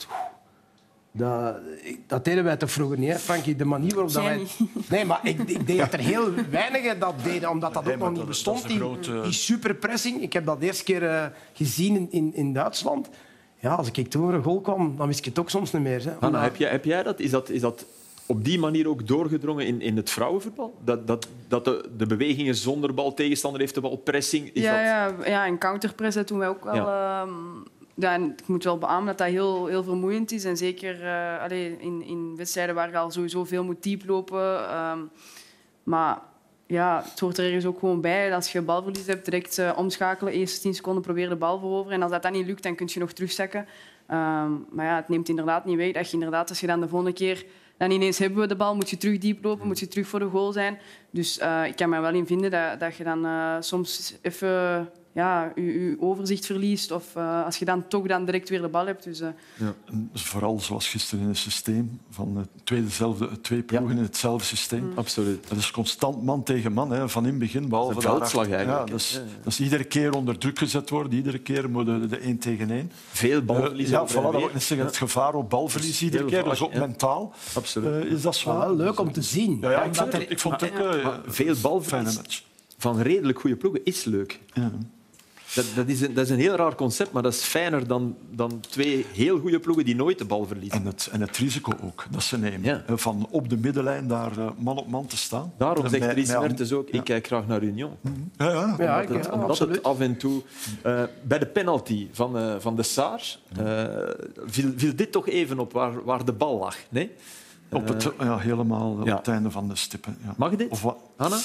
dat, dat deden wij toch vroeger niet, hè, Frankie? De manier waarop dat Jij wij... Nee, maar ik, ik denk dat er heel weinigen dat deden, omdat dat Nee, ook maar nog niet dat is- bestond. dat is de Die, grote- die superpressing. Ik heb dat de eerste keer uh, gezien in, in, in Duitsland. Ja, als ik toen voor een goal kwam, dan wist ik het ook soms niet meer. Hè. Hanna, Omdat- heb jij, heb jij dat? Is dat, is dat op die manier ook doorgedrongen in, in het vrouwenvoetbal? Dat, dat, dat de, de bewegingen zonder bal, tegenstander heeft de bal, pressing... Is Ja, dat... ja, ja, en counterpress dat doen wij ook wel. Ja. ehm, ja, en ik moet wel beamen dat dat heel, heel vermoeiend is. En zeker uh, allee, in, in wedstrijden waar je al sowieso veel moet diep lopen. ehm, maar ja, het hoort er ergens ook gewoon bij. Als je balverlies hebt, direct uh, omschakelen. Eerste tien seconden probeer de bal veroveren. En als dat dan niet lukt, dan kun je nog terugzakken. Ehm, maar ja, het neemt inderdaad niet weg dat je inderdaad, als je dan de volgende keer... Dan ineens hebben we de bal, moet je terug diep lopen, moet je terug voor de goal zijn. Dus uh, ik kan me wel in vinden dat, dat je dan uh, soms even ja, je, je overzicht verliest. Of uh, als je dan toch dan direct weer de bal hebt. Dus, uh, Ja, en vooral zoals gisteren in het systeem van uh, twee, dezelfde, twee ploegen in hetzelfde systeem. Mm. Absoluut. Dat is constant man tegen man, hè, van in het begin. Behalve Dat is een veldslag daarachter. eigenlijk, Ja, dat, is, hè. Ja, ja. dat is iedere keer onder druk gezet worden. Iedere keer moet de, de één tegen één. Veel balverlies. Uh, ja, over voilà, en dat wil weer. ik net zeggen. Het gevaar op balverlies iedere heel keer. vaak, Dus ook ja. mentaal Absoluut. uh, is dat zo. Maar wel leuk om te zien. Ja, ja, ik, Omdat vond er- het, ik vond het ook uh, Maar veel een fijne balverlies match. van redelijk goede ploegen is leuk. Ja. Dat, dat, is een, dat is een heel raar concept, maar dat is fijner dan, dan twee heel goede ploegen die nooit de bal verliezen. En het, en het risico ook dat ze nemen. Ja. Uh, Van op de middenlijn daar uh, man op man te staan. Daarom En zegt bij- Dries bij- Mertens ook, ja. ik kijk graag naar Union. Ja, ja. Ja, Omdat, ik, het, ja, omdat absoluut. het af en toe... Uh, bij de penalty van, uh, van de Saar uh, viel, viel dit toch even op waar, waar de bal lag. Nee? Op het, ja, helemaal ja. op het einde van de stippen. Ja. Mag dit, Of wat? Hanna?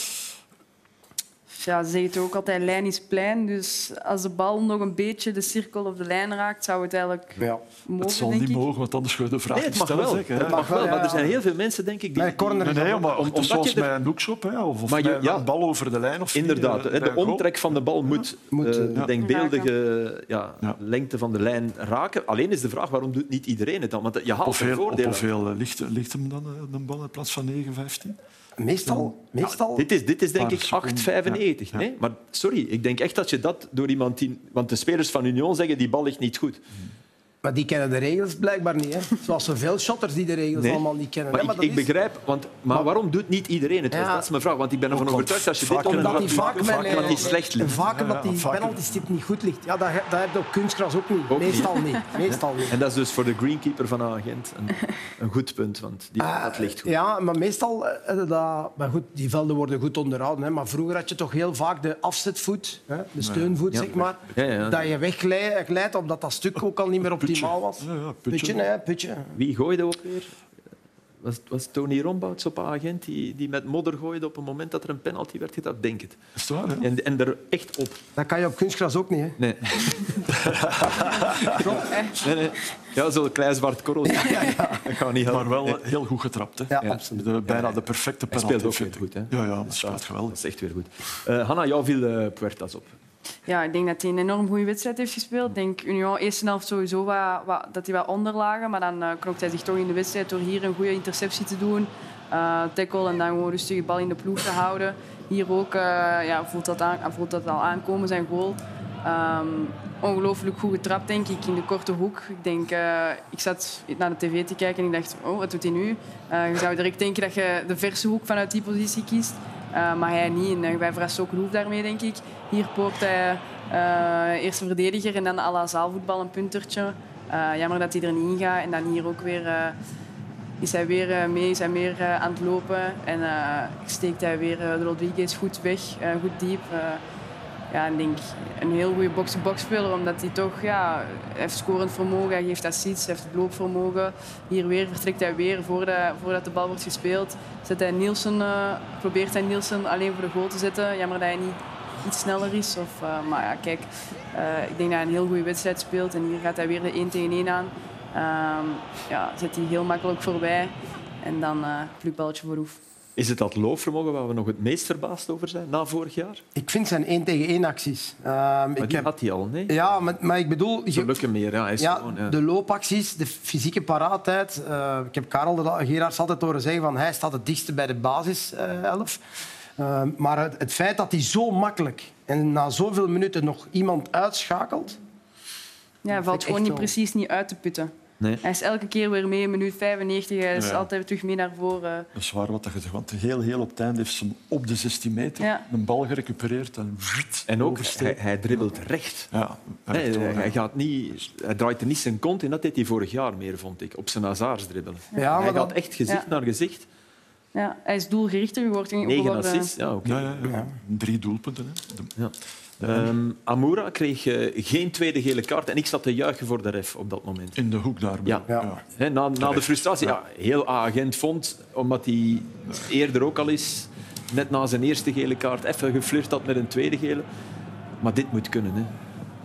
ja, ze zeggen toch ook altijd lijn is plein. Dus als de bal nog een beetje de cirkel of de lijn raakt, zou het eigenlijk Ja. mogen, Het zal denk niet ik. mogen, want anders ga je de vraag Nee, het niet mag stellen. wel. Zeker, hè? Het mag wel, wel, maar ja. er zijn heel veel mensen, denk ik, die... Bij corner Nee, is nee, dat maar ook- om- het is omdat zoals je er- bij een hoekschop, hè, of, of Maar je- bij ja. een bal over de lijn. Of niet, Inderdaad, eh, hè, bij de een goal. omtrek van de bal moet, Moet, uh, eh, de ja. denkbeeldige ja, Ja. lengte van de lijn raken. Alleen is de vraag, waarom doet niet iedereen het dan? Want je haalt er Hoeveel, op voordelen. hoeveel eh, ligt, ligt hem dan eh, een bal in plaats van negen vijftien? Meestal, meestal Dit is, dit is denk Paar ik seconden, acht vijfennegentig. ja. Nee? Maar sorry, ik denk echt dat je dat door iemand... Die, want de spelers van Union zeggen, die bal ligt niet goed. Maar die kennen de regels blijkbaar niet. Hè. Zoals zoveel shotters die de regels Nee. allemaal niet kennen. Maar hè. ik, dat ik is- begrijp... Want, maar waarom doet niet iedereen het? Ja. Dat is mijn vraag. Want ik ben ervan Ook, want overtuigd dat je vaak dit onder Omdat de die vaak met, vaak dat die slecht ligt. Vaak omdat Ja, die ja, vaak- penaltystip niet goed ligt. Ja, dat, heb- dat heb je op kunstgras ook niet. Ook Meestal niet. Meestal niet. En dat is dus voor de greenkeeper van Agent een, een goed punt, want die, Ah, dat ligt goed. Ja, maar meestal... eh, Dat, maar goed, die velden worden goed onderhouden. Hè. Maar vroeger had je toch heel vaak de afzetvoet, hè, de steunvoet, Ja. zeg maar. Ja, ja. Dat je wegglijdt, omdat dat stuk ook al niet meer optimaal was. Ja, ja, Putje, putje. hè, putje. Wie gooide ook weer? Was, was Tony Rombouts op Agent die, die met modder gooide op het moment dat er een penalty werd gedaan? Denk het. Is het waar, hè? En, en er echt op. Dat kan je op kunstgras ook niet. Hè. Nee. nee, nee. Ja, zo'n klein zwart korrel. Dat gaat niet helpen. Maar wel Nee. eh, heel goed getrapt. Hè? Ja, Ja. absoluut. De, bijna de perfecte Hij penalty. speelt ook vind weer ik. goed. Hè? Ja, ja, dat speelt geweldig. Dat is echt weer goed. Uh, Hanna, jou viel uh, Puertas op. Ja, ik denk dat hij een enorm goede wedstrijd heeft gespeeld. Ik denk Union eerste helft sowieso wat, wat, dat hij wat onderlagen. Maar dan uh, knokt hij zich toch in de wedstrijd door hier een goede interceptie te doen. Uh, tackle en dan gewoon rustig de bal in de ploeg te houden. Hier ook uh, ja, voelt, dat aan, voelt dat al aankomen, zijn goal. Um, ongelooflijk goed getrapt, denk ik, in de korte hoek. Ik, denk, uh, ik zat naar de tv te kijken en ik dacht, oh, wat doet hij nu? Uh, je zou direct denken dat je de verse hoek vanuit die positie kiest. Uh, maar hij niet. En wij verrassen ook genoeg daarmee, denk ik. Hier pookt hij Uh, eerste verdediger en dan à la zaalvoetbal een puntertje. Uh, jammer dat hij er niet in gaat. En dan hier ook weer uh, is hij weer uh, mee, is hij meer uh, aan het lopen. En uh, steekt hij weer uh, de Rodriguez goed weg, uh, goed diep. Uh, ja, ik denk een heel goede box-to-box speler, omdat hij toch ja, hij heeft scorend vermogen, hij geeft assists, hij heeft het loopvermogen. Hier weer vertrekt hij weer voordat, voordat de bal wordt gespeeld. Zet hij Nielsen, uh, probeert hij Nielsen alleen voor de goal te zetten. Jammer dat hij niet iets sneller is. Of, uh, maar ja, kijk, uh, ik denk dat hij een heel goede wedstrijd speelt. En hier gaat hij weer de één tegen één aan. Um, ja, zet hij heel makkelijk voorbij. En dan uh, plukballetje voor Hoef. Is het dat loopvermogen waar we nog het meest verbaasd over zijn na vorig jaar? Ik vind zijn één tegen één acties. Uh, maar ik die heb... had hij al, nee? Ja, maar, maar ik bedoel... Ze lukken meer, ja. Hij is ja, gewoon, ja. De loopacties, de fysieke paraatheid. Uh, ik heb Karel de Gerards altijd horen zeggen van hij staat het dichtste bij de basiself. Uh, maar het, het feit dat hij zo makkelijk en na zoveel minuten nog iemand uitschakelt... Ja, hij valt gewoon niet, precies niet uit te putten. Nee. Hij is elke keer weer mee, minuut vijfennegentig. Hij is ja. altijd terug mee naar voren. Dat is waar wat je zegt. Want heel, heel op het einde heeft ze op de zestien meter ja. een bal gerecupereerd. En, en ook, hij, hij dribbelt recht. Ja, nee, hij, hij, gaat niet, hij draait er niet zijn kont in. Dat deed hij vorig jaar meer, vond ik. Op zijn Hazards dribbelen. Ja, hij gaat dat... echt gezicht ja. naar gezicht. Ja, hij is doelgerichter geworden. Negen assists, ja, okay. ja, ja, ja. Drie doelpunten. Hè. De... Ja. Um, Amoura kreeg uh, geen tweede gele kaart en ik zat te juichen voor de ref op dat moment. In de hoek daar. Ja. Ja. He, na, na de frustratie. Ja. Ja, heel agent vond, omdat hij eerder ook al is, net na zijn eerste gele kaart, even geflirt had met een tweede gele. Maar dit moet kunnen. Hè.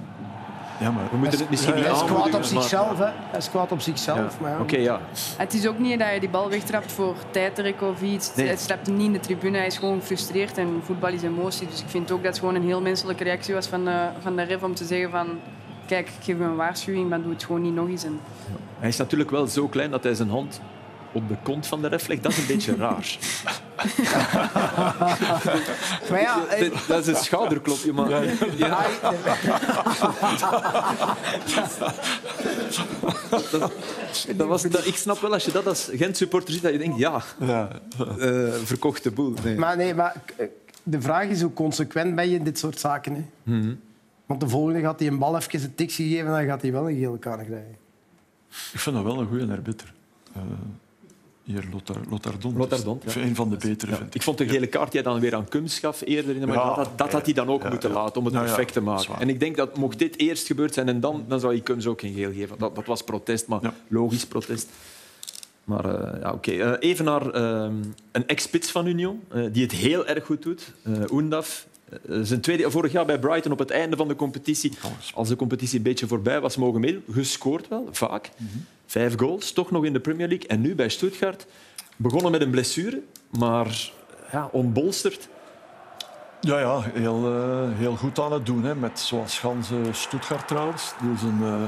Ja, maar we moeten het misschien hij niet is kwaad op maar... zichzelf. Hè. Hij is kwaad op zichzelf. Ja. Ja. Oké, okay, ja. Het is ook niet dat je die bal wegtrapt voor tijdrek of iets. Nee. Hij stapt hem niet in de tribune. Hij is gewoon gefrustreerd en voetbal is emotie. Dus ik vind ook dat het gewoon een heel menselijke reactie was van de, van de ref om te zeggen van kijk, ik geef hem een waarschuwing, maar doe het gewoon niet nog eens. En... Hij is natuurlijk wel zo klein dat hij zijn hand op de kont van de ref legt. Dat is een beetje raar. Maar ja, dat, dat is een schouderklopje, maar... Ja, ja. dat, dat was, dat, ik snap wel, als je dat als Gent-supporter ziet, dat je denkt, ja, ja. Uh, verkochte boel. Nee. Maar, nee, maar de vraag is, hoe consequent ben je in dit soort zaken? Hè? Mm-hmm. Want de volgende gaat hij een bal even een tik geven, dan gaat hij wel een gele kaart krijgen. Ik vind dat wel een goede arbiter. Uh... Hier, Lotardont. Lotardont, ja. Een van de betere, ja. vind ik. Ik vond de gele kaart die hij dan weer aan Kums gaf eerder in de match. Ja, dat, dat had hij dan ook ja, moeten ja. laten om het nou, perfect te maken. Ja, en ik denk dat mocht dit eerst gebeurd zijn en dan, dan zou hij Kums ook geen geel geven. Dat, dat was protest, maar ja. logisch protest. Maar uh, ja, oké. Okay. Uh, even naar uh, een ex-spits van Union, uh, die het heel erg goed doet. Uh, Oendaf. Uh, zijn tweede, vorig jaar bij Brighton op het einde van de competitie, als de competitie een beetje voorbij was, mogen meedoen. Gescoord wel, vaak. Mm-hmm. Vijf goals, toch nog in de Premier League. En nu bij Stuttgart. Begonnen met een blessure, maar ja, onbolsterd. Ja, ja heel, uh, heel goed aan het doen. Hè. Met, zoals Gans uh, Stuttgart trouwens. Dus een, uh,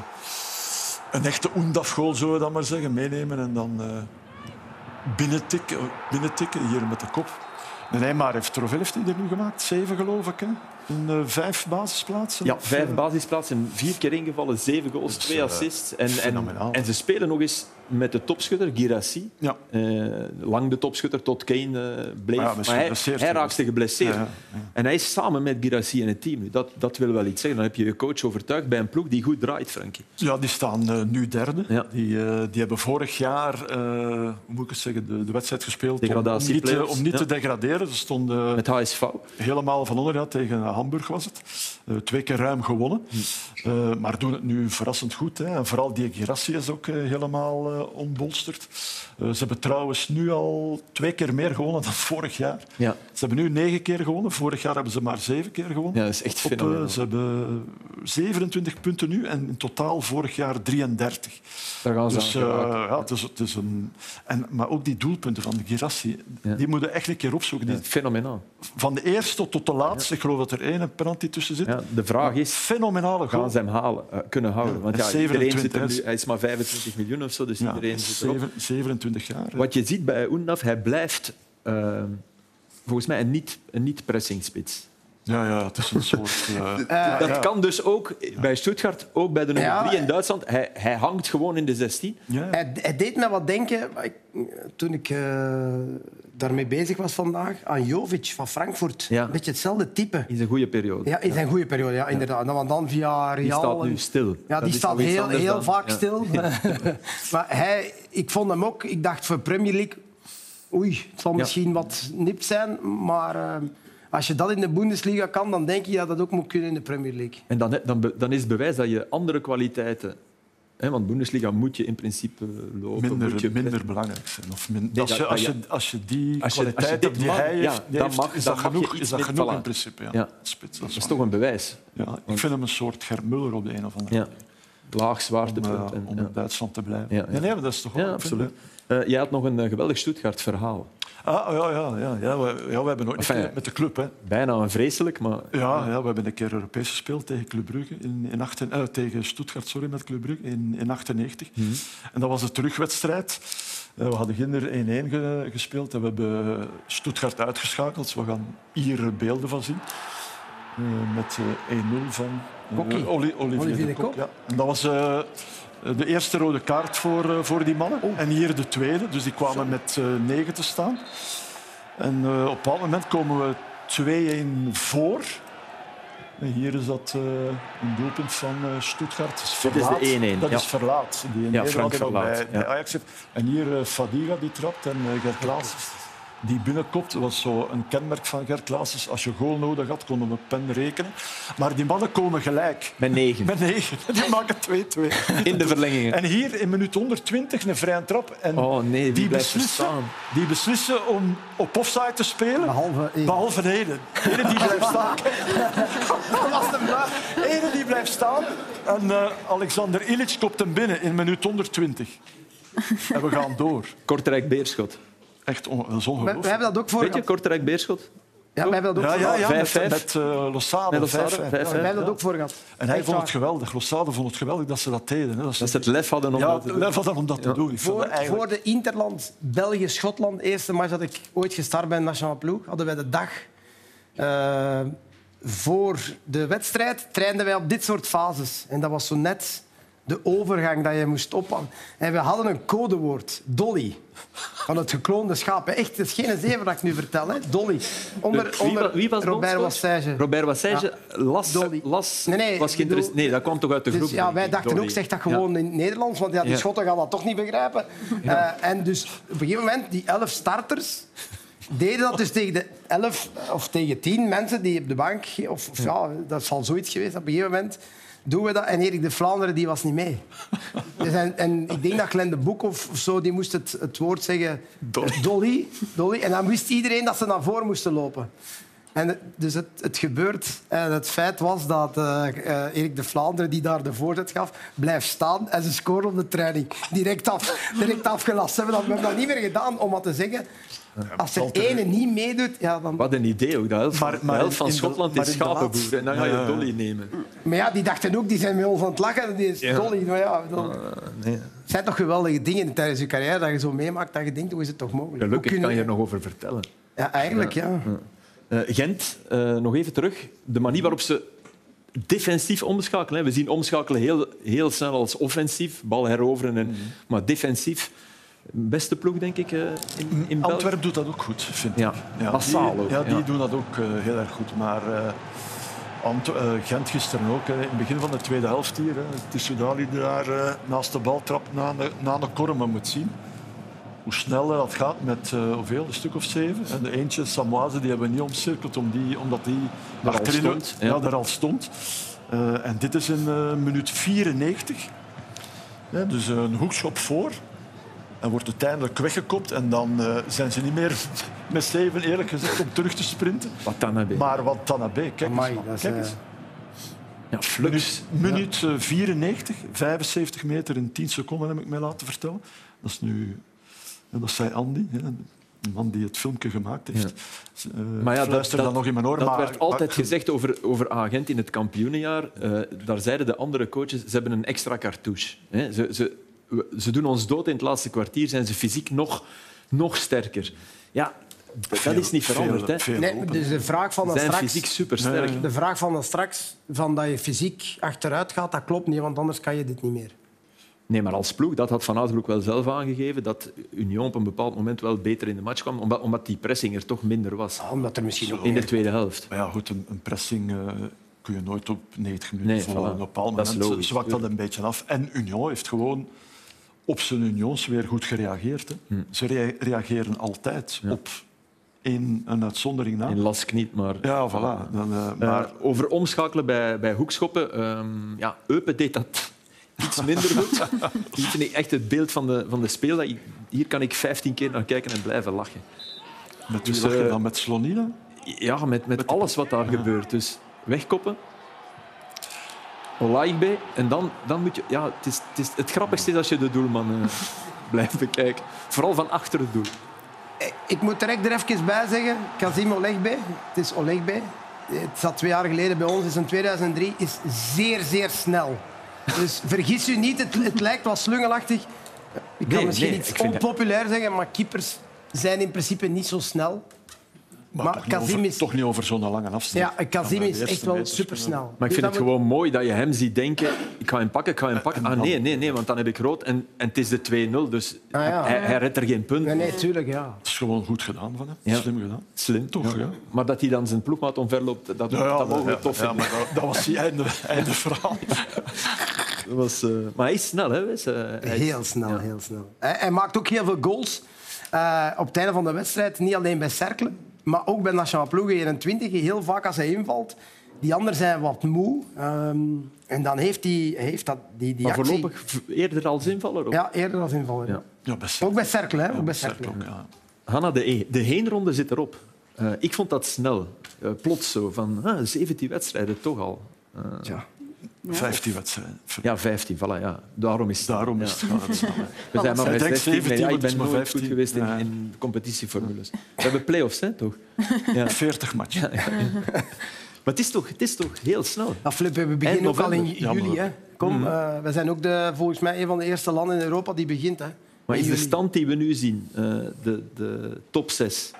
een echte Oendaf-goal, zullen we dat maar zeggen. Meenemen en dan uh, binnentikken, binnentikken, hier met de kop. Nee, maar heeft, hoeveel heeft hij er nu gemaakt? Zeven, geloof ik. Hè? In uh, vijf basisplaatsen? Ja, vijf uh... basisplaatsen. Vier keer ingevallen, zeven goals, dus, twee assists. En, en, en ze spelen nog eens met de topschutter, Guirassy. Ja. Uh, lang de topschutter, tot Kane uh, bleef. Maar, ja, maar hij, hij raakte geblesseerd. Ja, ja, ja. En hij is samen met Guirassy in het team. Dat, dat wil wel iets zeggen. Dan heb je je coach overtuigd bij een ploeg die goed draait, Frankie. Ja, die staan uh, nu derde. Ja. Die, uh, die hebben vorig jaar uh, hoe moet ik het zeggen, de, de wedstrijd gespeeld om, om niet, uh, om niet ja. te degraderen. Ze stonden met H S V. Helemaal van onder, ja, tegen Hamburg was het. Uh, twee keer ruim gewonnen. Uh, maar doen het nu verrassend goed. Hè. En vooral die Guirassy is ook uh, helemaal uh, onbolsterd. Uh, ze hebben trouwens nu al twee keer meer gewonnen dan vorig jaar. Ja. Ze hebben nu negen keer gewonnen. Vorig jaar hebben ze maar zeven keer gewonnen. Ja, dat is echt fenomenaal. Uh, ze hebben zevenentwintig punten nu en in totaal vorig jaar drieëndertig. Daar gaan ze dus, uh, ja, het is, het is een... en, maar ook die doelpunten van de Guirassy, ja. die moeten echt een keer opzoeken. Die... Ja, fenomenaal. Van de eerste tot de laatste, ja. ik geloof dat er één penalty tussen zit. Ja, de vraag is, fenomenale goal. Gaan ze hem halen, uh, kunnen houden? Ja, want ja, iedereen zit er nu, hij is maar vijfentwintig miljoen of zo, dus ja, iedereen zit erop. zevenentwintig jaar. Hè. Wat je ziet bij Oendaf, hij blijft uh, volgens mij een niet, een niet-pressingspits. Ja, ja, het is een soort... Uh, uh, dat ja. kan dus ook bij Stuttgart, ook bij de nummer ja, drie in Duitsland. Hij, hij hangt gewoon in de zestien. Ja. Hij, hij deed me wat denken... Toen ik uh, daarmee bezig was vandaag, aan Jovic van Frankfurt. Ja. Een beetje hetzelfde type. In zijn goede periode. Ja, in zijn goede periode, ja, inderdaad. En dan via Real... Die staat nu en- stil. Ja, Dat die is staat nog iets heel, anders heel dan- vaak ja. stil. Maar hij, ik vond hem ook... Ik dacht voor Premier League... Oei, het zal Ja. misschien wat nipt zijn, maar... Uh, als je dat in de Bundesliga kan, dan denk je dat dat ook moet kunnen in de Premier League. En dan, dan, be- dan is het bewijs dat je andere kwaliteiten... Hè, want Bundesliga moet je in principe lopen. Minder, moet je minder belangrijk zijn. Of min- Nee, als, je, dat- als, ja. je, als je die Als je- als je kwaliteit dit hebt die mag, hij ja, heeft, die dan heeft, mag- is dan dat mag je genoeg, iets is dat meer genoeg vallen. in principe. Ja. Ja. Spits, Dat is is waar. toch een bewijs. Ja, ik vind hem een soort Gerd Muller op de een of andere Ja. manier. Laag zwaartepunt. Om, uh, en- om ja. in Duitsland te blijven. Ja, ja. Nee, nee, maar dat is toch Ja, wel... absoluut. Uh, jij had nog een uh, geweldig Stuttgart-verhaal. Ah, ja, ja, ja, ja. We, ja, we hebben nooit Enfin, een keer met de club. Hè. Bijna een vreselijk, maar... Ja, ja, we hebben een keer Europees gespeeld tegen Club Brugge in, in achten, uh, tegen Stuttgart, sorry, met Club Brugge in, in achtennegentig. Mm-hmm. En dat was de terugwedstrijd. Uh, we hadden ginder één-één ge, gespeeld en we hebben Stuttgart uitgeschakeld. We gaan hier beelden van zien. Uh, met uh, één nul van uh, Oli, Olivier, Olivier de Kok. Ja. En dat was... Uh, de eerste rode kaart voor, uh, voor die mannen. Oh. En hier de tweede. Dus die kwamen met uh, negen te staan. En uh, op een bepaald moment komen we twee-één voor. En hier is dat uh, een doelpunt van uh, Stuttgart. Dat is verlaat. Dat is de één-één. Dat ja. is verlaat. Die ja, Frank Verlaat. Bij, ja. bij Ajax. En hier uh, Fadiga die trapt en uh, Gert Claessens die binnenkomt. Dat was zo een kenmerk van Gert Claessens. Als je goal nodig had, konden we pen rekenen. Maar die mannen komen gelijk. Met negen. Met negen. Die maken twee-twee. In de verlengingen. En hier in minuut honderdtwintig een vrije trap. En oh nee, die, beslissen, die beslissen om op offside te spelen. Behalve Ede. Behalve Ede. Ede die blijft staan. Ede die blijft staan. En uh, Alexander Ilic kopt hem binnen in minuut honderdtwintig. En we gaan door. Kortrijk-Beerschot. Echt on- dat is ongelooflijk. We, we hebben dat ook voor Weet je, Kortrijk-Beerschot? Ja, we hebben dat ook ja, voor ja, ja, vijf, met, vijf. met uh, Losade. Met Losade, vijf, vijf. vijf, Ja, we hebben dat ook voor gehad. En hij Echt vond waar. het geweldig. Losade vond het geweldig dat ze dat deden. Hè. Dat, Dat ze het lef hadden om ja, dat te het doen. lef hadden om dat te Ja. doen. Ik vond Voor, dat eigenlijk... voor de Interland, België-Schotland, eerste match dat ik ooit gestart ben in de nationale ploeg, hadden wij de dag uh, voor de wedstrijd trainden wij op dit soort fases. En dat was zo net de overgang dat je moest oppakken. En we hadden een codewoord, Dolly, van het gekloonde schaap. Echt, het is geen zeven dat ik nu vertel, hè. Dolly. Onder, Wie, onder wie was Robert bondscoach? Wassage. Robert Wassage las, Dolly. las Nee, nee, was ik geïnteresseerd. bedoel- Nee, dat kwam toch uit de groep. Dus ja, wij denk ik, dachten Dolly. ook, zeg dat gewoon Ja. in het Nederlands, want ja, die Ja. Schotten gaan dat toch niet begrijpen. Ja. Uh, en dus op een gegeven moment, die elf starters deden dat dus tegen de elf of tegen tien mensen die op de bank... Of, of ja, dat zal zoiets geweest. Op een gegeven moment doen we dat en Erik de Vlaanderen die was niet mee. Dus en, en ik denk dat Glenn de Boek of, of zo, die moest het, het woord zeggen... Dolly. Dolly, Dolly. En dan wist iedereen dat ze naar voren moesten lopen. En het, dus het, het gebeurt. En het feit was dat uh, uh, Erik de Vlaanderen, die daar de voorzet gaf, blijft staan en ze scoren op de training. Direct, af, direct afgelast. Ze hebben dat, we hebben dat niet meer gedaan om wat te zeggen. Als er ene niet meedoet, ja, dan... Wat een idee ook. De helft, Maar- maar de helft van in de- Schotland maar is in de schapenboer. laatste- En dan ga je Ja, ja, ja. Dolly nemen. Maar ja, die dachten ook, die zijn met ons aan het lachen. Die is Ja. Dolly. Maar ja, dan... Uh, nee. Het zijn toch geweldige dingen tijdens je carrière dat je zo meemaakt dat je denkt, hoe is het toch mogelijk? Gelukkig Hoe kan je kunnen- er nog over vertellen. Ja, eigenlijk, ja. Ja. Uh, Gent, uh, nog even terug. De manier waarop ze defensief omschakelen. Hè. We zien omschakelen heel, heel snel als offensief, bal heroveren. En, mm-hmm. Maar defensief, beste ploeg, denk ik, uh, in, in België. Antwerpen doet dat ook goed, vind ik. Ja, massaal die, ook. Ja, die Ja. doen dat ook uh, heel erg goed. Maar uh, Ant- uh, Gent gisteren ook, hè, in het begin van de tweede helft hier. Tissoudali daar uh, naast de bal trapt na de, na de korm, maar moet zien hoe snel dat gaat met uh, hoeveel, een stuk of zeven. En de eentje, Samoise, die hebben we niet omcirkeld om die, omdat die daar achterin al stond. Ja, Ja. daar al stond. Uh, en dit is in uh, minuut vierennegentig. Ja, dus uh, een hoekschop voor. En wordt uiteindelijk weggekopt. En dan uh, zijn ze niet meer met zeven, eerlijk gezegd, om terug te sprinten. Watanabe. Maar Watanabe, kijk Amai, eens. dat is, Kijk uh... eens. Ja, flux. Minuut uh, vierennegentig, vijfenzeventig meter in tien seconden, heb ik mij laten vertellen. Dat is nu... Dat zei Andy, hè, de man die het filmpje gemaakt heeft. Ja. Uh, maar ja, dat, dat, dan nog in mijn oor. dat maar, werd altijd maar, gezegd over, over Agent in het kampioenenjaar. Uh, daar zeiden de andere coaches, ze hebben een extra cartouche. Hè. Ze, ze, ze doen ons dood in het laatste kwartier, zijn ze fysiek nog, nog sterker. Ja, veel, dat is niet veranderd. Veel, hè. veel Nee, dus de vraag van Ze dan zijn straks... fysiek supersterk. Nee. De vraag van dan straks, van dat je fysiek achteruit gaat, dat klopt niet, want anders kan je dit niet meer. Nee, maar als ploeg, dat had Van Azenbroek wel zelf aangegeven, dat Union op een bepaald moment wel beter in de match kwam, omdat, omdat die pressing er toch minder was. Ja, omdat er misschien ook in de tweede helft. Maar ja, goed, een, een pressing uh, kun je nooit op negentig minuten nee, volgen. Voilà. Op een bepaald moment zwakt dat een beetje af. En Union heeft gewoon op zijn Unions weer goed gereageerd. Hè. Hmm. Ze rea- reageren altijd ja. op één, een uitzondering na. In Lask niet, maar... Ja, voilà. Dan, uh, maar... Uh, over omschakelen bij, bij hoekschoppen. Um, ja, Eupen deed dat iets minder goed. Hier vind ik echt het beeld van de, van de speel. Hier kan ik vijftien keer naar kijken en blijven lachen. Met wie dus, lach je dan? Met Slonina? Ja, met, met, met alles wat daar ja. gebeurt. Dus wegkoppen. Olaigbe. En dan, dan moet je... Ja, het, is, het, is, het grappigste is als je de doelman uh, blijft bekijken. Vooral van achter het doel. Ik moet er er even bij zeggen. Kazim Olaigbe. Het is Olaigbe. Het zat twee jaar geleden bij ons. Is in tweeduizend drie. Is zeer, zeer snel. Dus vergis u niet. Het, het lijkt wel slungelachtig. Ik kan nee, misschien nee, iets onpopulair dat... zeggen, maar keepers zijn in principe niet zo snel. Maar, maar toch, Kazim niet over, is... toch niet over zo'n lange afstand. Ja, Kazim is echt wel supersnel. Maar ik vind dus het gewoon moet... mooi dat je hem ziet denken... Ik ga hem pakken, ik ga hem pakken. Ah, nee, nee, nee, want dan heb ik rood. En, en het is de twee nul, dus ah, ja. hij, hij redt er geen punt. Nee, nee, tuurlijk, ja. Het is gewoon goed gedaan van hem. Ja. Slim gedaan. Slim, toch, ja. Ja. Maar dat hij dan zijn ploegmaat omverloopt, dat, ja, ja, dat mogen we ja, tof ja, vinden. Ja, maar dat, dat was die einde, einde verhaal. Dat was, uh... Maar hij is snel, hè? Wees, uh, hij heel is... snel, ja. heel snel. Hij, hij maakt ook heel veel goals uh, op het einde van de wedstrijd. Niet alleen bij Cercle, maar ook bij Nationale Ploeg eenentwintig. Heel vaak als hij invalt. Die anderen zijn wat moe. Um, en dan heeft hij heeft dat, die, die maar actie... voorlopig eerder als invaller? Of? Ja, eerder als invaller. Ja. Ja, bij ook bij Cercle, hè? Ja, ook bij Cercle. Cercle. Ja. Hanna, de, e- de heenronde zit erop. Uh, ik vond dat snel. Uh, plots zo van ah, zeventien wedstrijden toch al. Uh, ja. Ja. vijftien wedstrijden. Ja, vijftien, voilà. Ja. Daarom is, Daarom ja. is het. Ja, het we zijn maar bij zestien. Ja, ik ben nooit vijftien. goed geweest in, in competitieformules. We hebben play-offs, hè, toch? Ja. veertig matchen. Ja, ja, ja. Maar het is toch, het is toch heel snel. Ja, Flip, we beginnen ook al in juli. Hè. Kom, mm. uh, we zijn ook de, volgens mij een van de eerste landen in Europa die begint. Hè. Maar is in de juli. stand die we nu zien, uh, de, de top zes...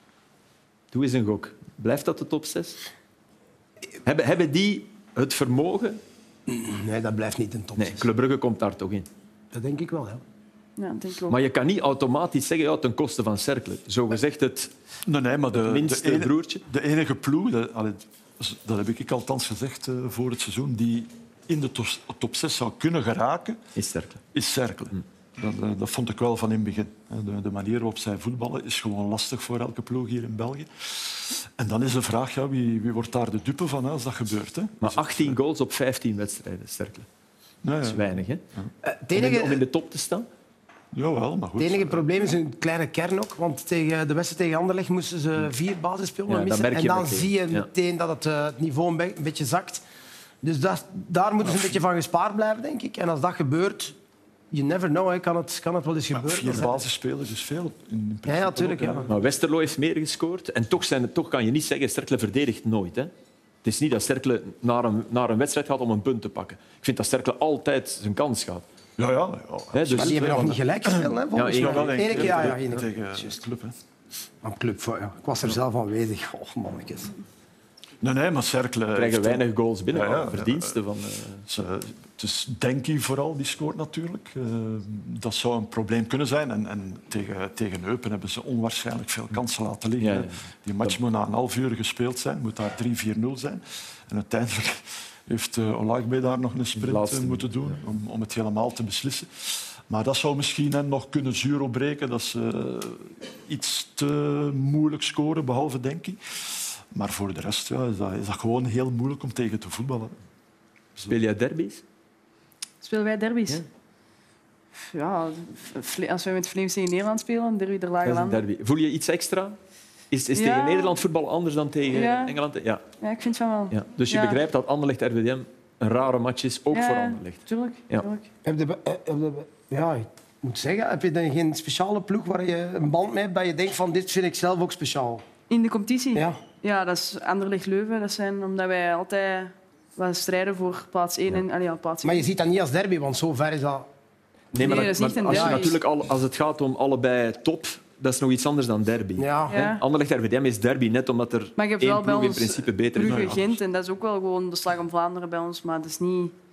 Doe eens een gok. Blijft dat de top zes? Hebben, hebben die het vermogen... Nee, dat blijft niet een top zes. Nee, Club Brugge komt daar toch in. Dat denk ik wel, ja. Ja, dat denk ik ook. Maar je kan niet automatisch zeggen ja, ten koste van Cercle. Zo gezegd het, nee, nee, maar de, het minste de ene, broertje. De enige ploeg, dat, allee, dat heb ik althans gezegd uh, voor het seizoen, die in de top, top zes zou kunnen geraken, is Cercle. Is Cercle. Hm. Dat, uh, dat vond ik wel van in het begin. De, de manier waarop zij voetballen is gewoon lastig voor elke ploeg hier in België. En dan is de vraag, ja, wie, wie wordt daar de dupe van als dat gebeurt? Hè? Maar achttien goals op vijftien wedstrijden, Cercle. Nou, ja. Dat is weinig, hè? Ja. Uh, enige... om, in, om in de top te staan? Jawel, maar goed. Het enige probleem is een kleine kern ook. Want tegen de wedstrijd tegen Anderlecht moesten ze vier basisspelers ja, missen. En dan meteen. zie je ja. meteen dat het, uh, het niveau een, be- een beetje zakt. Dus dat, daar moeten ze een beetje van gespaard blijven, denk ik. En als dat gebeurt... You never know, hè. Kan, het, kan het wel eens ja, gebeuren. Vier basisspelers is veel. In ja, ja, natuurlijk. Ja. Maar Westerlo heeft meer gescoord. En toch, zijn het, toch kan je niet zeggen, Cercle verdedigt nooit. Hè? Het is niet dat Cercle naar een, naar een wedstrijd gaat om een punt te pakken. Ik vind dat Cercle altijd zijn kans gaat. Ja, ja. ja. He, dus, maar die hebben nog niet gelijk gespeeld, hè? Ja, één wel één keer. Ja, ja, één tegen Club. Hè. Een club, ja. Ik was er zelf aanwezig. Oh, mannetjes. Nee, nee, maar Cercle... krijgen heeft... weinig goals binnen, ja, ja, verdiensten van... Uh... Ze, het is Denki vooral, die scoort natuurlijk. Uh, dat zou een probleem kunnen zijn. En, en tegen, tegen Eupen hebben ze onwaarschijnlijk veel kansen laten liggen. Ja, ja. Die match moet na een half uur gespeeld zijn. Moet daar drie vier nul zijn. En uiteindelijk heeft uh, Olaigbe daar nog een sprint uh, moeten doen ja. om, om het helemaal te beslissen. Maar dat zou misschien hen nog kunnen zuur opbreken. Dat ze uh, iets te moeilijk scoren, behalve Denki. Maar voor de rest ja, is, dat, is dat gewoon heel moeilijk om tegen te voetballen. Speel jij derbies? Spelen wij derbies? Ja, ja als we met Flames tegen Nederland spelen, derby der lage landen. Derby. Voel je iets extra? Is, is ja. tegen Nederland voetbal anders dan tegen ja. Engeland? Ja. ja, ik vind van wel. Ja. Dus je ja. begrijpt dat Anderlecht R W D M een rare match is, ook ja, voor Anderlecht. Tuurlijk, ja. tuurlijk. Heb je, heb je, ja, ik moet zeggen, heb je dan geen speciale ploeg waar je een band mee hebt dat je denkt van dit vind ik zelf ook speciaal? In de competitie? Ja. Ja, dat is Anderlecht-Leuven. Dat zijn omdat wij altijd wel strijden voor plaats één. Ja. En, allee, ja, plaats maar je ziet dat niet als derby, want zo ver is dat... Nee, maar, nee, dat is niet maar een als, derby. je natuurlijk al, als het gaat om allebei top, dat is nog iets anders dan derby. Ja. Ja. Anderlecht R W D M is derby net omdat er maar je hebt één wel ploeg bij in principe beter is. Brugge Gent en dat is ook wel gewoon de slag om Vlaanderen bij ons, maar dat is niet...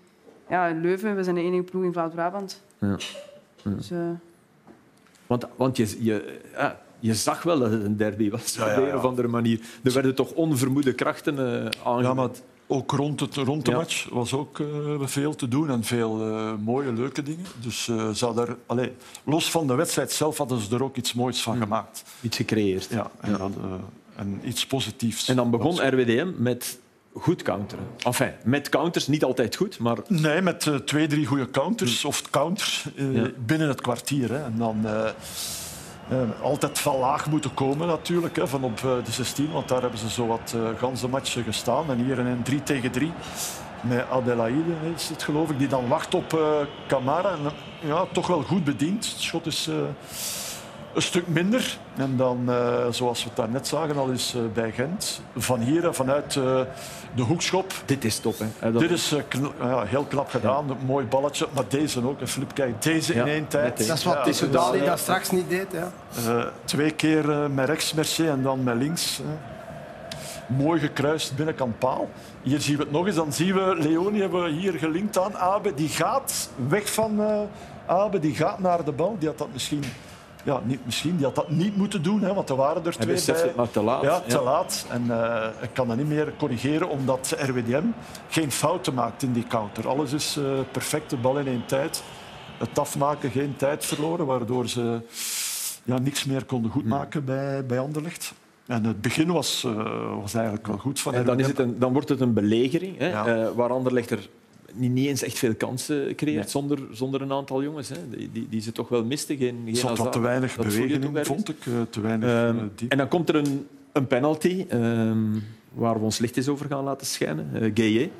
ja, Leuven, we zijn de enige ploeg in Vlaams-Brabant. Ja. Ja. Dus, uh... Want, want je, je, ja, je zag wel dat het een derby was, ja, ja, ja. op een of andere manier. Er werden toch onvermoede krachten uh, aangewend. Ja, maar ook rond, het, rond de ja. match was ook uh, veel te doen en veel uh, mooie, leuke dingen. Dus uh, zou er, allez, los van de wedstrijd zelf hadden ze er ook iets moois van gemaakt. Iets gecreëerd. Ja, en, ja. Dan, uh, en iets positiefs. En dan begon R W D M met goed counteren. Enfin, met counters, niet altijd goed, maar... Nee, met uh, twee, drie goede counters, of counters, uh, ja. binnen het kwartier. Hè. En dan... Uh, Uh, altijd van laag moeten komen natuurlijk, hè, van op uh, de zestien, want daar hebben ze zo wat uh, ganse matchen gestaan. En hier een drie tegen drie met Adelaide is het, geloof ik, die dan wacht op uh, Camara. En, ja, toch wel goed bediend. Het schot is uh, een stuk minder. En dan, uh, zoals we het daar net zagen, al is uh, bij Gent, van hier, vanuit uh, de hoekschop. Dit is top, hè? Dat... Dit is uh, kn ja, heel knap gedaan, ja. Een mooi balletje. Maar deze ook, Filip, kijk, deze ja. in één tijd. Dat is wat ja, Tissoudali dat straks niet deed. Ja. Uh, twee keer uh, met rechts Mercier en dan met links. Uh. Mooi gekruist binnenkant paal. Hier zien we het nog eens. Dan zien we Leoni hebben we hier gelinkt aan Abe. Die gaat weg van uh, Abe, die gaat naar de bal. Die had dat misschien... Ja, niet misschien. Die had dat niet moeten doen, hè, want er waren er twee bij. Het maar te laat. Ja, te ja. laat. En uh, ik kan dat niet meer corrigeren, omdat R W D M geen fouten maakt in die counter. Alles is uh, perfect, de bal in één tijd. Het afmaken, geen tijd verloren, waardoor ze ja, niks meer konden goedmaken hmm. bij, bij Anderlecht. En het begin was, uh, was eigenlijk wel goed van en dan, is het een, dan wordt het een belegering, hè, ja. uh, waar Anderlecht er niet, niet eens echt veel kansen creëert, nee. zonder, zonder een aantal jongens. Hè, die, die, die ze toch wel misten. Geen, geen zat wat te weinig beweging, vond ik. Uh, te weinig, uh, uh, diep. En dan komt er een, een penalty, uh, waar we ons licht eens over gaan laten schijnen. Uh, Gueye.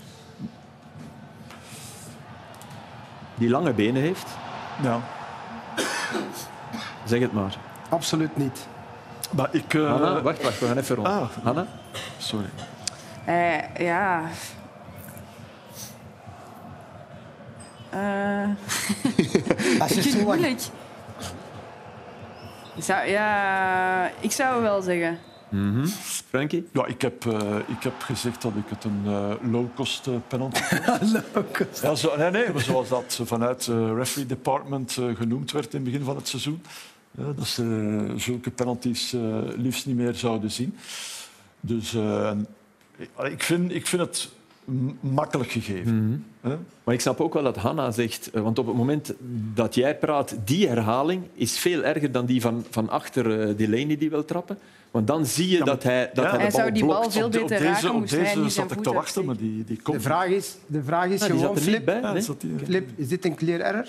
Die lange benen heeft. Ja. Zeg het maar. Absoluut niet. Maar ik, uh... Hanna, wacht, wacht, we gaan even rond. Ah, Hanna? Sorry. Uh, ja... Uh... Dat is het moeilijk. Ik zou, ja, ik zou wel zeggen. Mm-hmm. Frankie? Ja, ik heb, uh, ik heb gezegd dat ik het een uh, low-cost uh, penalty low-cost. Ja, zo, nee, nee, zoals dat vanuit het uh, referee department uh, genoemd werd in het begin van het seizoen. Uh, dat ze uh, zulke penalties uh, liefst niet meer zouden zien. Dus uh, ik, vind, ik vind het makkelijk gegeven. Mm-hmm. Huh? Maar ik snap ook wel dat Hanna zegt, want op het moment dat jij praat, die herhaling is veel erger dan die van, van achter Delaney die wil trappen. Want dan zie je ja, dat hij, dat ja, hij de hij bal zou die bal blokt. veel beter op, op deze, raken, op deze hij zat ik te wachten, maar die, die komt. De vraag is, de vraag is ja, gewoon, Flip, bij, ja, nee? Flip, is dit een clear error?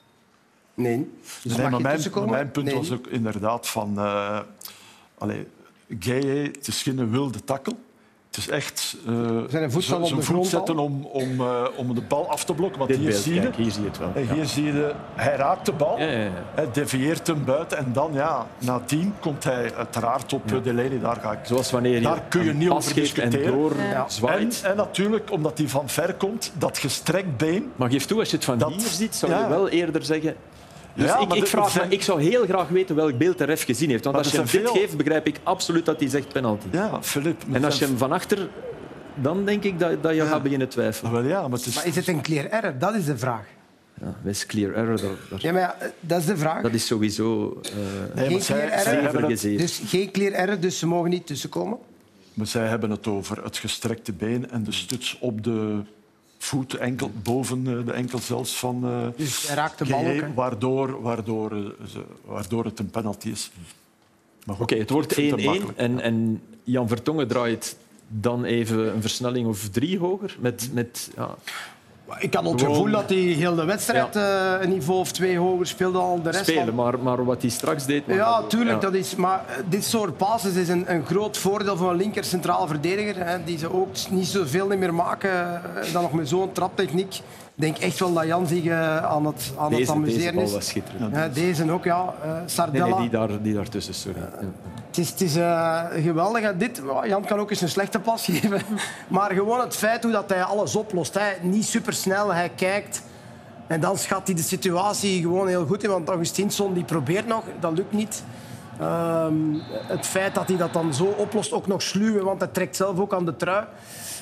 Nee. Dus nee, maar mijn, mijn punt nee. was ook inderdaad van... Uh, allez, Gueye, het is geen wilde takkel. Het is echt uh, zijn voet zijn voet grond zetten om, om, uh, om de bal af te blokken. Want Dit hier, beeld, zie je, kijk, hier zie je het wel. En hier ja. zie je, de, hij raakt de bal, ja, ja, ja. hij devieert hem buiten en dan, ja, nadien komt hij uiteraard op ja. Delaney. Daar, ga ik, Zoals wanneer je daar kun je niet over discussiëren. En, door ja. en, en natuurlijk, omdat hij van ver komt, dat gestrekt been... Maar geef toe, als je het van dat, hier ziet, zou ja. je wel eerder zeggen... Dus ja, ik, ik, vraag zijn... me, ik zou heel graag weten welk beeld de ref gezien heeft. Want maar als je hem dit veel... geeft, begrijp ik absoluut dat hij zegt penalty. Ja, Filip... En als je hem van achter... Dan denk ik dat, dat je ja. gaat beginnen twijfelen. Maar, ja, maar, het is... maar is het een clear error? Dat is de vraag. Ja, is clear error. Daar, daar... Ja, maar ja, dat is de vraag. Dat is sowieso uh, nee, geen clear error. Het... Dus geen clear error, dus ze mogen niet tussenkomen? Maar zij hebben het over het gestrekte been en de stuts op de voet, enkel, boven de enkel zelfs van uh, dus hij raakt de bal ook, waardoor, waardoor, uh, waardoor het een penalty is. Oké, okay, het wordt één-één en, en Jan Vertongen draait dan even een versnelling of drie hoger. Met, met, ja, ik had het gewoon... gevoel dat hij heel de wedstrijd ja. uh, een niveau of twee hoger speelde dan de rest. Spelen, van... maar, maar wat hij straks deed... Maar ja, dat, tuurlijk. Ja. Dat is, maar dit soort passes is een, een groot voordeel van een linker centraal verdediger. Hè, die ze ook niet zoveel meer maken uh, dan nog met zo'n traptechniek. Ik denk echt wel dat Jan zich uh, aan het, aan deze, het amuseren deze is. Was schitterend. Uh, deze ook, ja. Uh, Sardella. Nee, nee, die, daar, die daartussen, sorry. Ja. Het is, het is uh, geweldig. Dit, Jan kan ook eens een slechte pas geven. Maar gewoon het feit hoe dat hij alles oplost. Hij, niet supersnel, hij kijkt. En dan schat hij de situatie gewoon heel goed in. Want Augustinsson die probeert nog, dat lukt niet. Um, het feit dat hij dat dan zo oplost, ook nog sluwen, want hij trekt zelf ook aan de trui.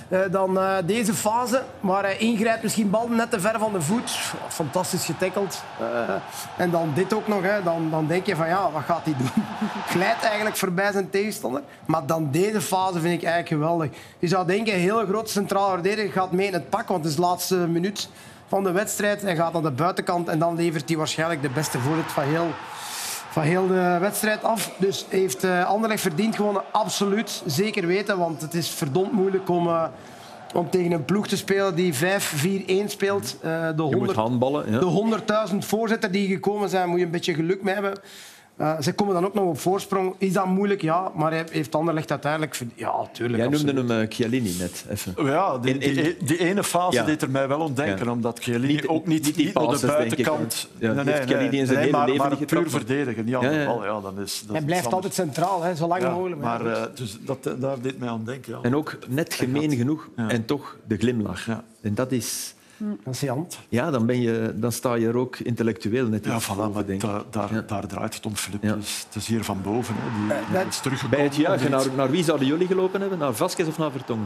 uh, dan uh, deze fase. Maar hij ingrijpt misschien bal net te ver van de voet. Fantastisch getackeld. Uh, en dan dit ook nog. Hè. Dan, dan denk je van ja, wat gaat hij doen? Glijdt eigenlijk voorbij zijn tegenstander. Maar dan deze fase vind ik eigenlijk geweldig. Je zou denken, een hele grote centrale verdediger gaat mee in het pak. Want het is de laatste minuut van de wedstrijd. Hij gaat aan de buitenkant en dan levert hij waarschijnlijk de beste voorzet van heel... van heel de wedstrijd af. Dus heeft uh, Anderlecht verdiend gewonnen? Absoluut. Zeker weten, want het is verdomd moeilijk om, uh, om tegen een ploeg te spelen die vijf vier een speelt. Uh, de honderd, handballen. Ja. De honderdduizend voorzetten die gekomen zijn, moet je een beetje geluk mee hebben. Uh, ze komen dan ook nog op voorsprong. Is dat moeilijk? Ja. Maar hij heeft Anderlecht uiteindelijk... Ja, tuurlijk. Jij noemde absoluut. hem uh, Chiellini net. Even. Ja, die, die, die ene fase ja. deed er mij wel ontdenken. Ja. Omdat Chiellini niet, ook niet, niet, die niet naar de buitenkant... Ja, nee, nee, nee, nee, nee, maar, maar puur getrapt. verdedigen. Niet aan de bal. Ja, dan is, dat hij blijft is altijd centraal, hè, zo lang ja, mogelijk. Maar uh, dus dat, daar deed mij aan denken. Ja. En ook net gemeen genoeg. Ja. En toch de glimlach. Ja. En dat is... Dat is Jan. Ja, dan, ben je, dan sta je er ook intellectueel net ja, iets voilà, boven, maar denk da, daar, ja. daar draait het om, Filip. Ja. Dus, het is hier van boven. Hè. Die, die is teruggekomen. Bij het juichen, naar, naar wie zouden jullie gelopen hebben? Naar Vasquez of naar Vertongen?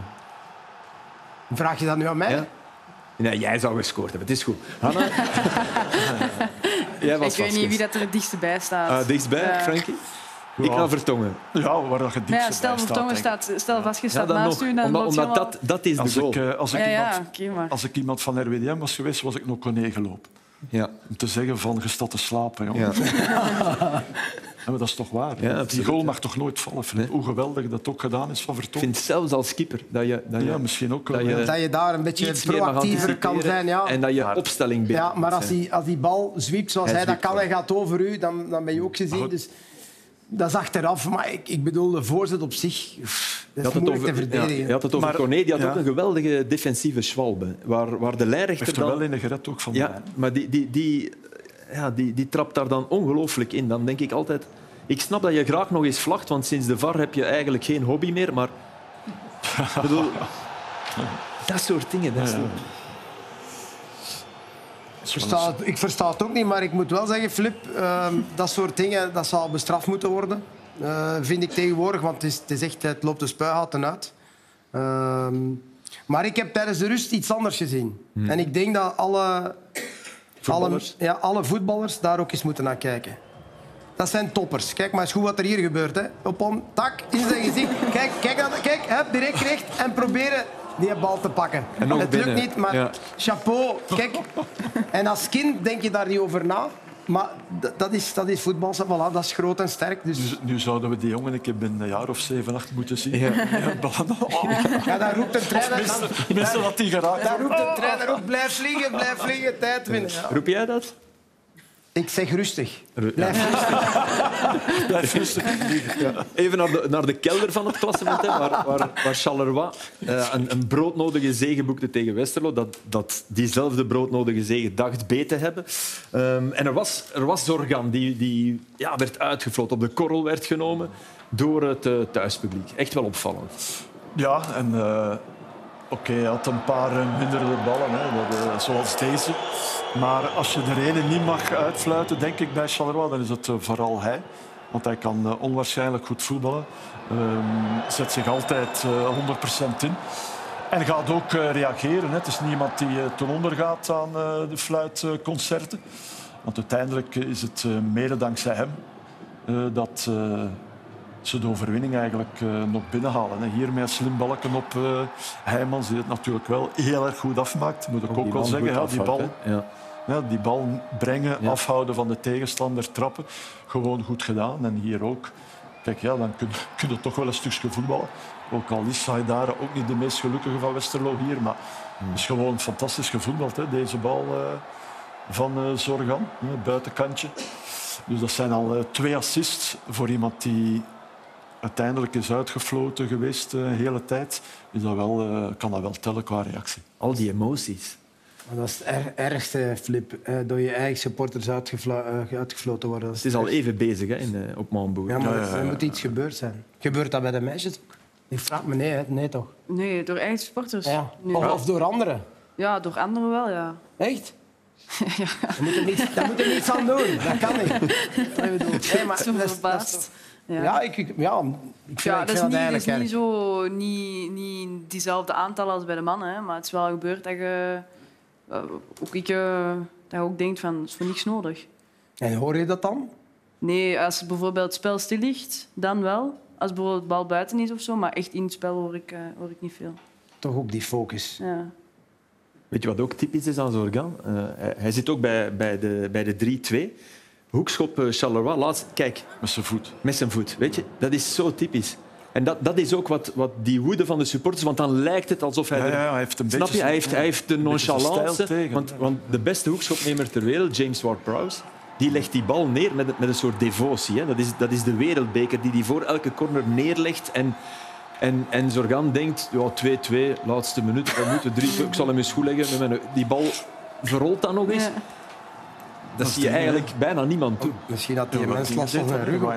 Vraag je dat nu aan mij? Ja? Nee, jij zou gescoord hebben. Het is goed. Hanna? Jij was Ik weet niet wie dat er het dichtst bij staat. Uh, dichtstbij, uh, Frankie? Ja. Ik ga Vertongen. Ja, waar dat je dichtst ja, stel Vertongen staat, stel Vasquez staat ja, naast nog, u. Dan omdat omdat helemaal... dat, dat is de als goal. Ik, uh, als, ik ja, iemand, ja, okay, als ik iemand van R W D M was geweest, was ik nog Coné gelopen. Ja. Om te zeggen van, je staat te slapen. Ja. Ja, maar dat is toch waar. Ja, die absoluut, goal mag toch nooit vallen, Filip? Nee. Hoe geweldig dat ook gedaan is van Vertongen. Ik vind zelfs als keeper dat je, dat je, ja, misschien ook dat, je, dat je daar een beetje proactiever kan zijn. Ja. En dat je maar, opstelling beter ja, maar als die, als die bal zwiept zoals hij, hij dat kan, hij gaat over u, dan, dan ben je ook gezien. Dus dat is achteraf. Maar ik, ik bedoel, de voorzet op zich, dat is moeilijk over, te verdedigen. Ja, je had het over Coné, die had ja. ook een geweldige defensieve schwalbe. Waar, waar de lijnrechter heeft er dan... wel in gered ook van. Ja, maar die, die, die, ja, die, die trapt daar dan ongelooflijk in. Dan denk ik altijd... Ik snap dat je graag nog eens vlagt, want sinds de V A R heb je eigenlijk geen hobby meer. Maar bedoel, dat soort dingen. Dat ja, ja. Ik, versta het, ik versta het ook niet, maar ik moet wel zeggen, Flip, uh, dat soort dingen dat zal bestraft moeten worden. Uh, vind ik tegenwoordig, want het, is, het, is echt, het loopt de spuigaten uit. Uh, maar ik heb tijdens de rust iets anders gezien. Hmm. En ik denk dat alle voetballers, alle, ja, alle voetballers daar ook eens moeten naar kijken. Dat zijn toppers. Kijk maar eens goed wat er hier gebeurt. Hè. Op een tak in zijn gezicht. Kijk, kijk, kijk hè, direct recht en proberen die bal te pakken. Het lukt binnen. niet, maar ja. chapeau. Kijk. En als kind denk je daar niet over na. Maar dat is, dat is voetbal, voilà, dat is groot en sterk. Dus... Nu, nu zouden we die jongen een keer binnen een jaar of zeven, acht moeten zien. Ja, ja, oh. ja dan roept de trainer... Missen dat die geraakt. Dan roept de trainer ook, blijf vliegen, blijf vliegen, tijd winnen. Ja. Roep jij dat? Ik zeg rustig. Blijf ja. rustig. Blijf rustig. Ja. Even naar de, naar de kelder van het klassement, hè, waar, waar, waar Charleroi uh, een, een broodnodige zege boekte tegen Westerlo. Dat, dat diezelfde broodnodige zege dacht beet te hebben. Um, en er was, er was Zorgan, die, die ja, werd uitgefloten, op de korrel werd genomen door het uh, thuispubliek. Echt wel opvallend. Ja, en... Uh... Oké, okay, hij had een paar mindere ballen, hè, dat, uh, zoals deze. Maar als je er ene niet mag uitfluiten, denk ik bij Charleroi, dan is het uh, vooral hij. Want hij kan uh, onwaarschijnlijk goed voetballen. Um, zet zich altijd uh, honderd procent in. En gaat ook uh, reageren. Hè. Het is niemand die uh, ten onder gaat aan uh, de fluitconcerten. Uh, Want uiteindelijk is het uh, mede dankzij hem uh, dat... Uh, ze de overwinning eigenlijk uh, nog binnenhalen. Hè. Hier met een slim balken op uh, Heijmans, die het natuurlijk wel heel erg goed afmaakt. Moet ik ook, ook wel zeggen. Ja, die, bal, ja. Ja, die bal brengen, ja. afhouden van de tegenstander, trappen. Gewoon goed gedaan. En hier ook. Kijk, ja, dan kun, kun je toch wel een stukje voetballen. Ook al is Haidara ook niet de meest gelukkige van Westerlo hier. Maar het hmm. is gewoon fantastisch gevoetbald, hè, deze bal uh, van uh, Zorgan. Uh, buitenkantje. Dus dat zijn al uh, twee assists voor iemand die... uiteindelijk is uitgefloten geweest de uh, hele tijd, is dat wel, uh, kan dat wel tellen qua reactie. Al die emoties. Maar dat is het er ergste, Flip, uh, door je eigen supporters uitgeflo- uh, uitgefloten worden. Het is al even bezig hè, in, uh, op Maanboer. Ja, maar ja, ja, ja. er moet iets gebeurd zijn. Gebeurt dat bij de meisjes ook? Ik vraag me nee, hè? Nee toch? Nee, door eigen supporters. Ja. Nee. Of, of door anderen? Ja, door anderen wel, ja. Echt? Ja. Daar moet er niets, daar moet er niets aan doen. Dat kan niet. Dat bedoel, nee, maar ik ben verbaasd. Ja, ja, ik, ik, ja, ik vind, ja, ik dat, vind is dat niet, dat is eigenlijk niet, zo, niet, niet diezelfde aantallen als bij de mannen. Hè. Maar het is wel gebeurd dat je... Uh, ook ik, uh, dat je ook denkt van, dat is voor niks nodig. En hoor je dat dan? Nee, als bijvoorbeeld het spel stil ligt, dan wel. Als bijvoorbeeld de bal buiten is of zo. Maar echt in het spel hoor ik, uh, hoor ik niet veel. Toch ook die focus. Ja. Weet je wat ook typisch is aan Zorgan? Uh, hij, hij zit ook bij, bij de, bij de drie twee. Hoekschop uh, Charleroi, laatst... Kijk. Met zijn voet. Met zijn voet, weet je. Dat is zo typisch. En dat, dat is ook wat, wat die woede van de supporters... Want dan lijkt het alsof hij... Ja, er, ja, hij heeft een snap beetje... je? Hij heeft, hij heeft de nonchalance. Tegen, want, want de beste hoekschopnemer ter wereld, James Ward-Prowse... Die legt die bal neer met, met een soort devotie. Hè. Dat, is, dat is de wereldbeker die hij voor elke corner neerlegt. En, en, en Zorgan denkt, ja, twee twee, laatste minuut, we moeten drie, ik zal hem eens goed leggen. Die bal verrolt dan nog eens. Ja. Dat, dat zie je eigenlijk uh, bijna niemand doen. Misschien had die mens last van zijn rug ook.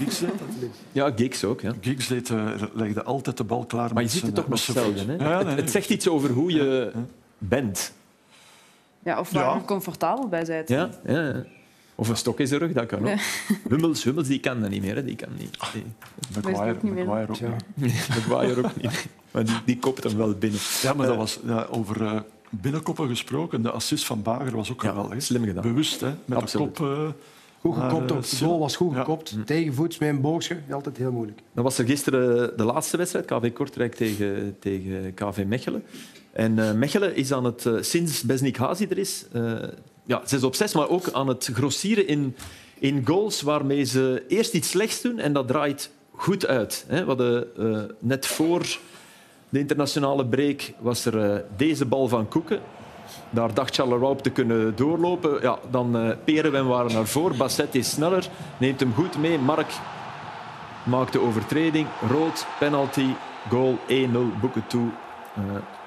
Ja, Giggs ook. Ja. Giggs deed, uh, legde altijd de bal klaar. Maar je ziet het toch nog zelden. Hè? Ja, nee, het, het zegt iets over hoe je ja. bent. Ja, of waar ja. je comfortabel bij bent. Ja, ja, ja. Of een stok in zijn rug, dat kan ook. Nee. Hummels, Hummels die kan dat niet meer. Hè. Die kan niet. Die... Maguire ook niet. Maguire ook, ja. Maguire ook niet. Maar die, die kopt hem wel binnen. Ja, maar dat was ja, over uh, binnenkoppen gesproken. De assist van Bager was ook ja, geweldig. Slim gedaan. Bewust, hè, met Absoluut. de kop... Uh, goed gekopt ook. De goal was goed gekopt. Ja. Tegenvoets met een boogje. Altijd heel moeilijk. Dan was er gisteren de laatste wedstrijd. K V Kortrijk tegen, tegen K V Mechelen. En uh, Mechelen is aan het... Uh, sinds Besnik Hazi er is... Uh, ja, zes op zes, maar ook aan het grossieren in, in goals waarmee ze eerst iets slechts doen en dat draait goed uit. Hè. We hadden, uh, net voor de internationale break was er uh, deze bal van Koeken. Daar dacht Charleroi op te kunnen doorlopen. Ja, dan uh, Perenwen waren naar voren. Basset is sneller, neemt hem goed mee. Mark maakt de overtreding. Rood, penalty, goal één nul, boeken toe. Uh,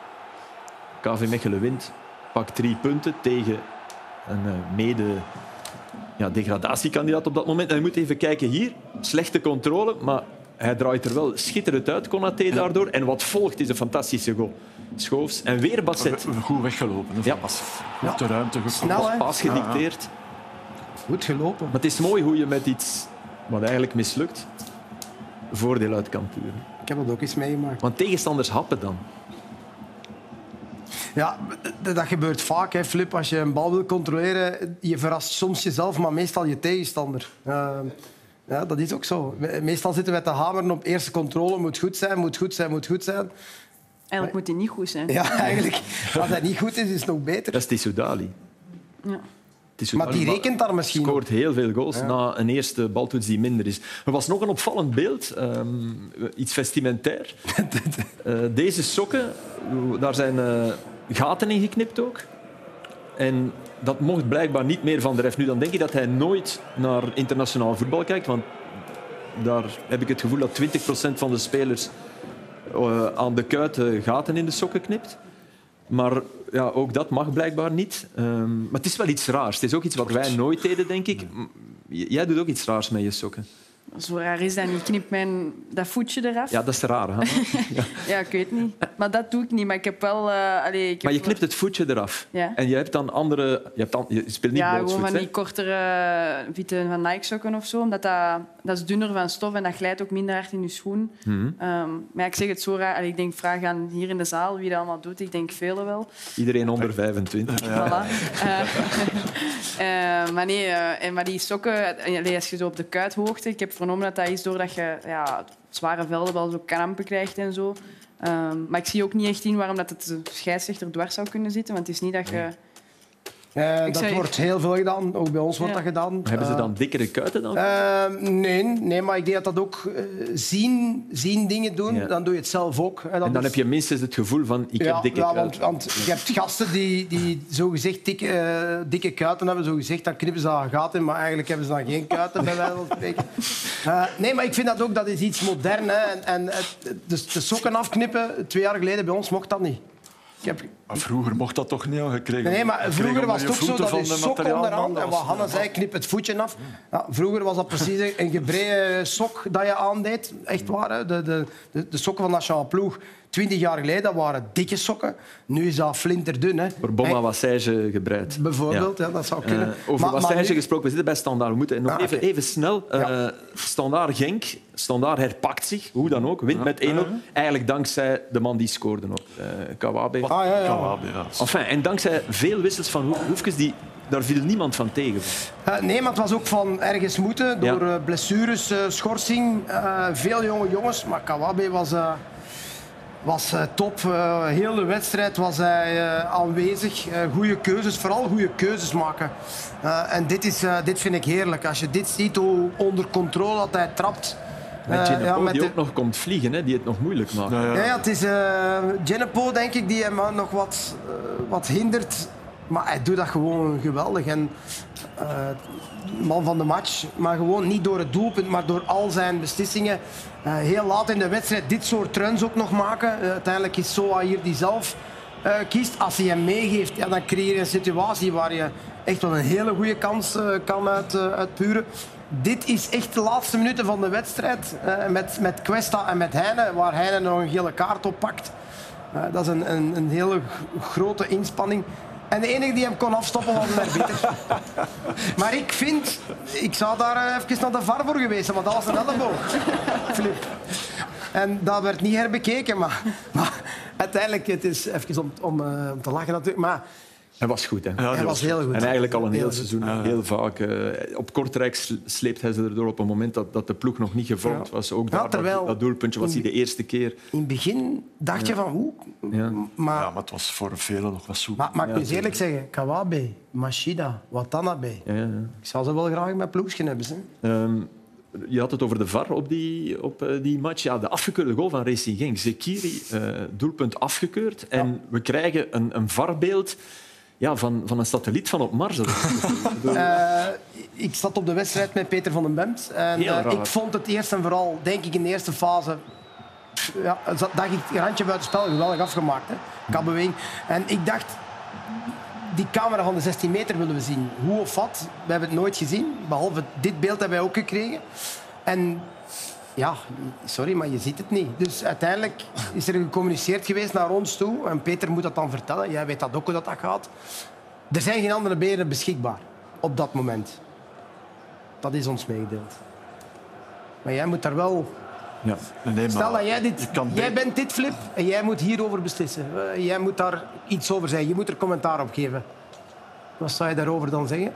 K V Mechelen wint, pakt drie punten tegen een uh, mede ja, degradatiekandidaat op dat moment. En je moet even kijken hier. Slechte controle, maar hij draait er wel schitterend uit, Konaté ja. daardoor. En wat volgt is een fantastische goal. Schoofs en weer Basset. Goed weggelopen. Hè, ja. ja. De ruimte gekomen. Paas gedicteerd. Ja, ja. Goed gelopen. Maar het is mooi hoe je met iets wat eigenlijk mislukt voordeel uit kan puren. Ik heb dat ook eens meegemaakt. Want tegenstanders happen dan. Ja, dat gebeurt vaak, hè, Flip. Als je een bal wil controleren, je verrast soms jezelf, maar meestal je tegenstander. Uh, ja, dat is ook zo. Meestal zitten wij te hameren op eerste controle. Moet goed zijn, moet goed zijn, moet goed zijn. Eigenlijk moet hij niet goed zijn. Ja, eigenlijk. Als hij niet goed is, is het nog beter. Dat is Tissoudali. Ja. Maar die rekent daar misschien scoort heel veel goals ja. na een eerste baltoets die minder is. Er was nog een opvallend beeld, um, iets vestimentair. uh, deze sokken, daar zijn uh, gaten in geknipt ook. En dat mocht blijkbaar niet meer van de ref. Nu, dan denk ik dat hij nooit naar internationaal voetbal kijkt, want daar heb ik het gevoel dat twintig procent van de spelers uh, aan de kuit uh, gaten in de sokken knipt. Maar ja, ook dat mag blijkbaar niet. Um, maar het is wel iets raars. Het is ook iets wat wij nooit deden, denk ik. Jij doet ook iets raars met je sokken. Zo raar is dat niet. Ik knip mijn, dat voetje eraf. Ja, dat is raar. Hè? ja. ja, ik weet niet. Maar dat doe ik niet. Maar ik heb wel... Uh, allez, ik heb maar je knipt het voetje eraf. Ja. En je hebt dan andere... Je, hebt dan, je speelt niet ja, blootsvoets, gewoon van hè? die kortere witte van Nike-sokken of zo. Omdat dat, dat is dunner van stof en dat glijdt ook minder hard in je schoen. Mm-hmm. Um, maar ja, ik zeg het zo raar. Allee, ik denk, vraag aan hier in de zaal wie dat allemaal doet. Ik denk velen wel. Iedereen onder vijfentwintig. Ja. Voilà. uh, uh, maar nee, uh, en, maar die sokken... Allee, als je zo op de kuithoogte... Ik heb vernomen dat dat is doordat je ja, zware velden wel zo krampen krijgt en zo. Um, maar ik zie ook niet echt in waarom dat het de scheidsrechter dwars zou kunnen zitten. Want het is niet dat je... Uh, dat zei... wordt heel veel gedaan. Ook bij ons wordt ja. dat gedaan. Hebben ze dan dikkere kuiten dan? Uh, nee, nee, maar ik denk dat dat ook uh, zien, zien dingen doen. Ja. Dan doe je het zelf ook. En, en dan is... heb je minstens het gevoel van ik ja, heb dikke ja, kuiten. Want, want je hebt gasten die, die zogezegd dikke, uh, dikke kuiten hebben. Zogezegd, dan knippen ze daar een gat in, maar eigenlijk hebben ze dan geen kuiten, bij wijze van spreken. Uh, nee, maar ik vind dat ook dat is iets modern. Hè. En, en het, dus de sokken afknippen, twee jaar geleden bij ons mocht dat niet. Ik heb... Maar vroeger mocht dat toch niet al gekregen? Nee, maar vroeger was het ook zo dat je sok onderhand... En wat was. Hanne zei, knip het voetje af. Ja, vroeger was dat precies een gebreide sok dat je aandeed. Echt waar, hè? De, de, de, de sokken van de nationale ploeg. Twintig jaar geleden dat waren dikke sokken. Nu is dat flinterdun. Hè. Voor Bomma Wassage gebreid. Bijvoorbeeld, ja. Ja, dat zou kunnen. Uh, over Wassage nu... gesproken, we zitten bij Standaard. We moeten nog ah, even, okay. even snel. Uh, ja. Standaard Genk. Standaard herpakt zich, hoe dan ook. Wint ja. met één nul. Eigenlijk dankzij de man die scoorde nog. Uh, Kawabe. Ah, ja, ja. Kawabe, ja. Enfin, en dankzij veel wissels van Hoefkes, die... daar viel niemand van tegen. Uh, nee, maar het was ook van ergens moeten. Door ja. uh, blessures, uh, schorsing. Uh, veel jonge jongens. Maar Kawabe was... Uh... was uh, top. Uh, heel de wedstrijd was hij uh, aanwezig. Uh, goede keuzes, vooral goede keuzes maken. Uh, en dit, is, uh, dit vind ik heerlijk. Als je dit ziet, hoe onder controle dat hij trapt. Met Genepo, uh, ja, met die de... ook nog komt vliegen, hè, die het nog moeilijk maakt. Ja, ja. ja het is uh, Genepo, denk ik, die hem uh, nog wat, uh, wat hindert. Maar hij doet dat gewoon geweldig. En, uh, man van de match. Maar gewoon niet door het doelpunt, maar door al zijn beslissingen. Uh, heel laat in de wedstrijd dit soort runs ook nog maken. Uh, uiteindelijk is Soa hier die zelf uh, kiest. Als hij hem meegeeft, ja, dan creëer je een situatie waar je echt wel een hele goede kans uh, kan uit, uh, uitpuren. Dit is echt de laatste minuten van de wedstrijd. Uh, met, met Cuesta en met Heine, waar Heine nog een gele kaart op pakt. Uh, dat is een, een, een hele grote inspanning. En de enige die hem kon afstoppen was een arbiter. Maar ik vind... Ik zou daar even naar de V A R voor geweest zijn, want dat was een elleboog. Filip. En dat werd niet herbekeken, maar, maar uiteindelijk het is even om, om, uh, om te lachen natuurlijk. Maar hij was goed, hè? Ja, hij was heel goed. En eigenlijk al een heel, heel seizoen. Ja. Heel vaak. Uh, op Kortrijk sleept hij ze erdoor op een moment dat, dat de ploeg nog niet gevormd ja. was. Ook daar, ja, terwijl, dat, dat doelpuntje was hij de eerste keer. In het begin dacht je ja. van hoe? Ja. Maar, ja, maar het was voor velen nog wat zoek. Maar, maar ik moet ja, eerlijk zeggen, Kawabe, Machida, Watanabe. Ja, ja. Ik zou ze wel graag in mijn ploegje hebben. Um, je had het over de V A R op die, op, uh, die match. Ja, de afgekeurde goal van Racing Genk. Zekiri, uh, doelpunt afgekeurd. En ja. we krijgen een, een V A R-beeld... Ja, van, van een satelliet van op Mars. uh, ik zat op de wedstrijd met Peter van den Bemt. En uh, ik vond het eerst en vooral, denk ik, in de eerste fase... Ja, dacht ik, randje buiten spel, geweldig afgemaakt. Hè. Kabeweging. En ik dacht, die camera van de zestien meter willen we zien. Hoe of wat, we hebben het nooit gezien. Behalve dit beeld hebben wij ook gekregen. En... Ja, sorry, maar je ziet het niet. Dus uiteindelijk is er gecommuniceerd geweest naar ons toe. En Peter moet dat dan vertellen. Jij weet dat ook hoe dat, dat gaat. Er zijn geen andere beren beschikbaar op dat moment. Dat is ons meegedeeld. Maar jij moet daar wel... Ja. Nee, Stel dat jij dit... Jij bent dit, Flip, en jij moet hierover beslissen. Jij moet daar iets over zeggen. Je moet er commentaar op geven. Wat zou je daarover dan zeggen?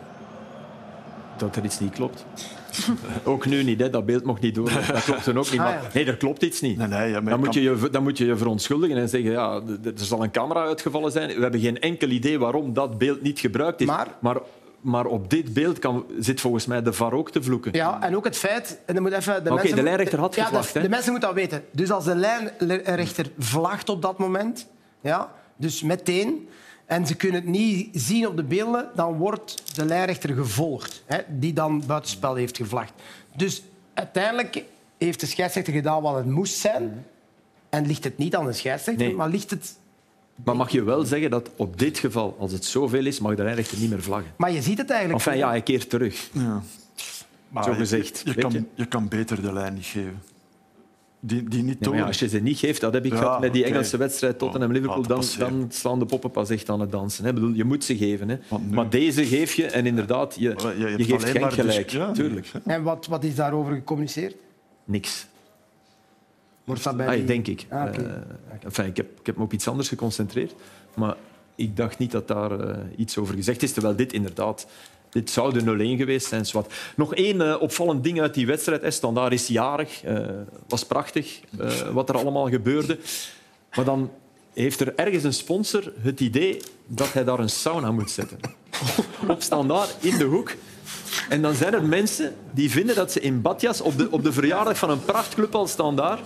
Dat er iets niet klopt. Ook nu niet, hè. Dat beeld mocht niet door. Dat klopt dan ook niet. Maar, nee, er klopt iets niet. Nee, nee, ja, dan, moet je je, dan moet je je verontschuldigen en zeggen, ja, er zal een camera uitgevallen zijn. We hebben geen enkel idee waarom dat beeld niet gebruikt is. Maar, maar, maar op dit beeld kan, zit volgens mij de V A R ook te vloeken. Ja, en ook het feit... En dan moet even, de Oké, okay, de lijnrechter had ja, gevlacht. De, de mensen moeten dat weten. Dus als de lijnrechter vlagt op dat moment, ja, dus meteen... En ze kunnen het niet zien op de beelden, dan wordt de lijnrechter gevolgd, hè, die dan buitenspel heeft gevlacht. Dus uiteindelijk heeft de scheidsrechter gedaan wat het moest zijn. En ligt het niet aan de scheidsrechter, nee. maar ligt het... Maar mag je wel zeggen dat op dit geval, als het zoveel is, mag de lijnrechter niet meer vlaggen? Maar je ziet het eigenlijk... Enfin, ja, hij keert terug. Ja. Maar Zo gezegd. Je, je, kan, je? je kan beter de lijn niet geven. Die, die niet ja, ja, als je ze niet geeft, dat heb ik ja, gehad met die Engelse okay. wedstrijd Tottenham-Liverpool, dan, dan slaan de poppen pas echt aan het dansen. Hè. Bedoel, je moet ze geven. Hè. Nu... Maar deze geef je en inderdaad, je, je, je, je geeft geen gelijk. Dus, ja, tuurlijk. En wat, wat is daarover gecommuniceerd? Niks. Wordt dat bij ah, die... denk ik. Ah, okay. uh, enfin, ik, heb, ik heb me op iets anders geconcentreerd, maar ik dacht niet dat daar uh, iets over gezegd is, terwijl dit inderdaad... Dit zou de nul een geweest zijn. Zwart. Nog één uh, opvallend ding uit die wedstrijd. Standaard is jarig. Uh, was prachtig uh, wat er allemaal gebeurde. Maar dan heeft er ergens een sponsor het idee dat hij daar een sauna moet zetten. Op Standaard, in de hoek. En dan zijn er mensen die vinden dat ze in badjas op de, op de verjaardag van een prachtclub als Standaard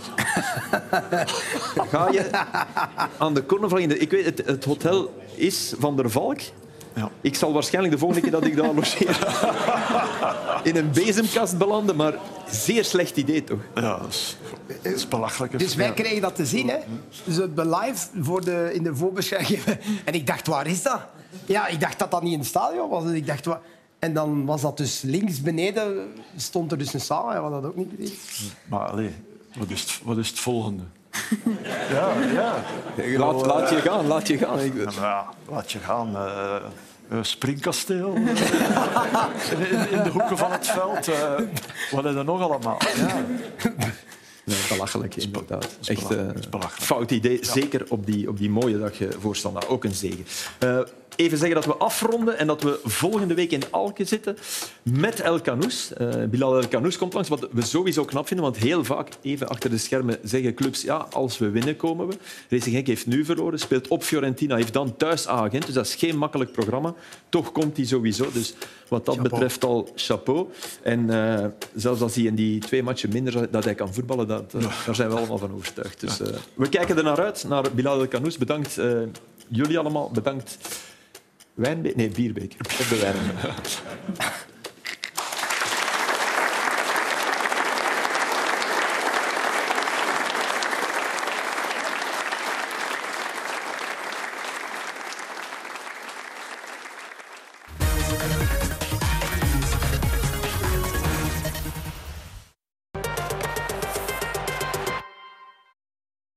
ga je aan de corner van... Ik weet, het, het hotel is Van der Valk. Ja. Ik zal waarschijnlijk de volgende keer dat ik daar logeer in een bezemkast belanden, maar zeer slecht idee toch? Ja, dat is, dat is belachelijk. Dus wij kregen dat te zien, hè? Dus het live voor de, in de voorbeschrijving. En ik dacht, waar is dat? Ja, ik dacht dat dat niet in het stadion was. Dus ik dacht, wat... En dan was dat dus links beneden, stond er dus een zaal. Hij had dat ook niet gezien. Maar allee, wat is het, wat is het volgende? ja, ja. Laat, laat je gaan, laat je gaan. Ja, ja, laat je gaan. Uh, uh, springkasteel. in, in, in de hoeken van het veld. Uh, wat is er nog allemaal? Ja. Nee, belachelijk, inderdaad. Is Echt uh, belachelijk. fout idee. Ja. Zeker op die, op die mooie dag voor Standaard. Ook een zegen. Uh, even zeggen dat we afronden en dat we volgende week in Alke zitten met El Canoes. Uh, Bilal El Canoes komt langs, wat we sowieso knap vinden, want heel vaak, even achter de schermen, zeggen clubs, ja, als we winnen komen we. Racing Genk heeft nu verloren, speelt op Fiorentina, heeft dan thuis Agent, dus dat is geen makkelijk programma. Toch komt hij sowieso, dus wat dat chapeau. betreft al chapeau. En uh, zelfs als hij in die twee matchen minder dat hij kan voetballen, dat, uh, daar zijn we allemaal van overtuigd. Dus, uh, we kijken er naar uit, naar Bilal El Canoes. Bedankt uh, jullie allemaal, bedankt Wijnbeek, nee, Bierbeek, op de wijn.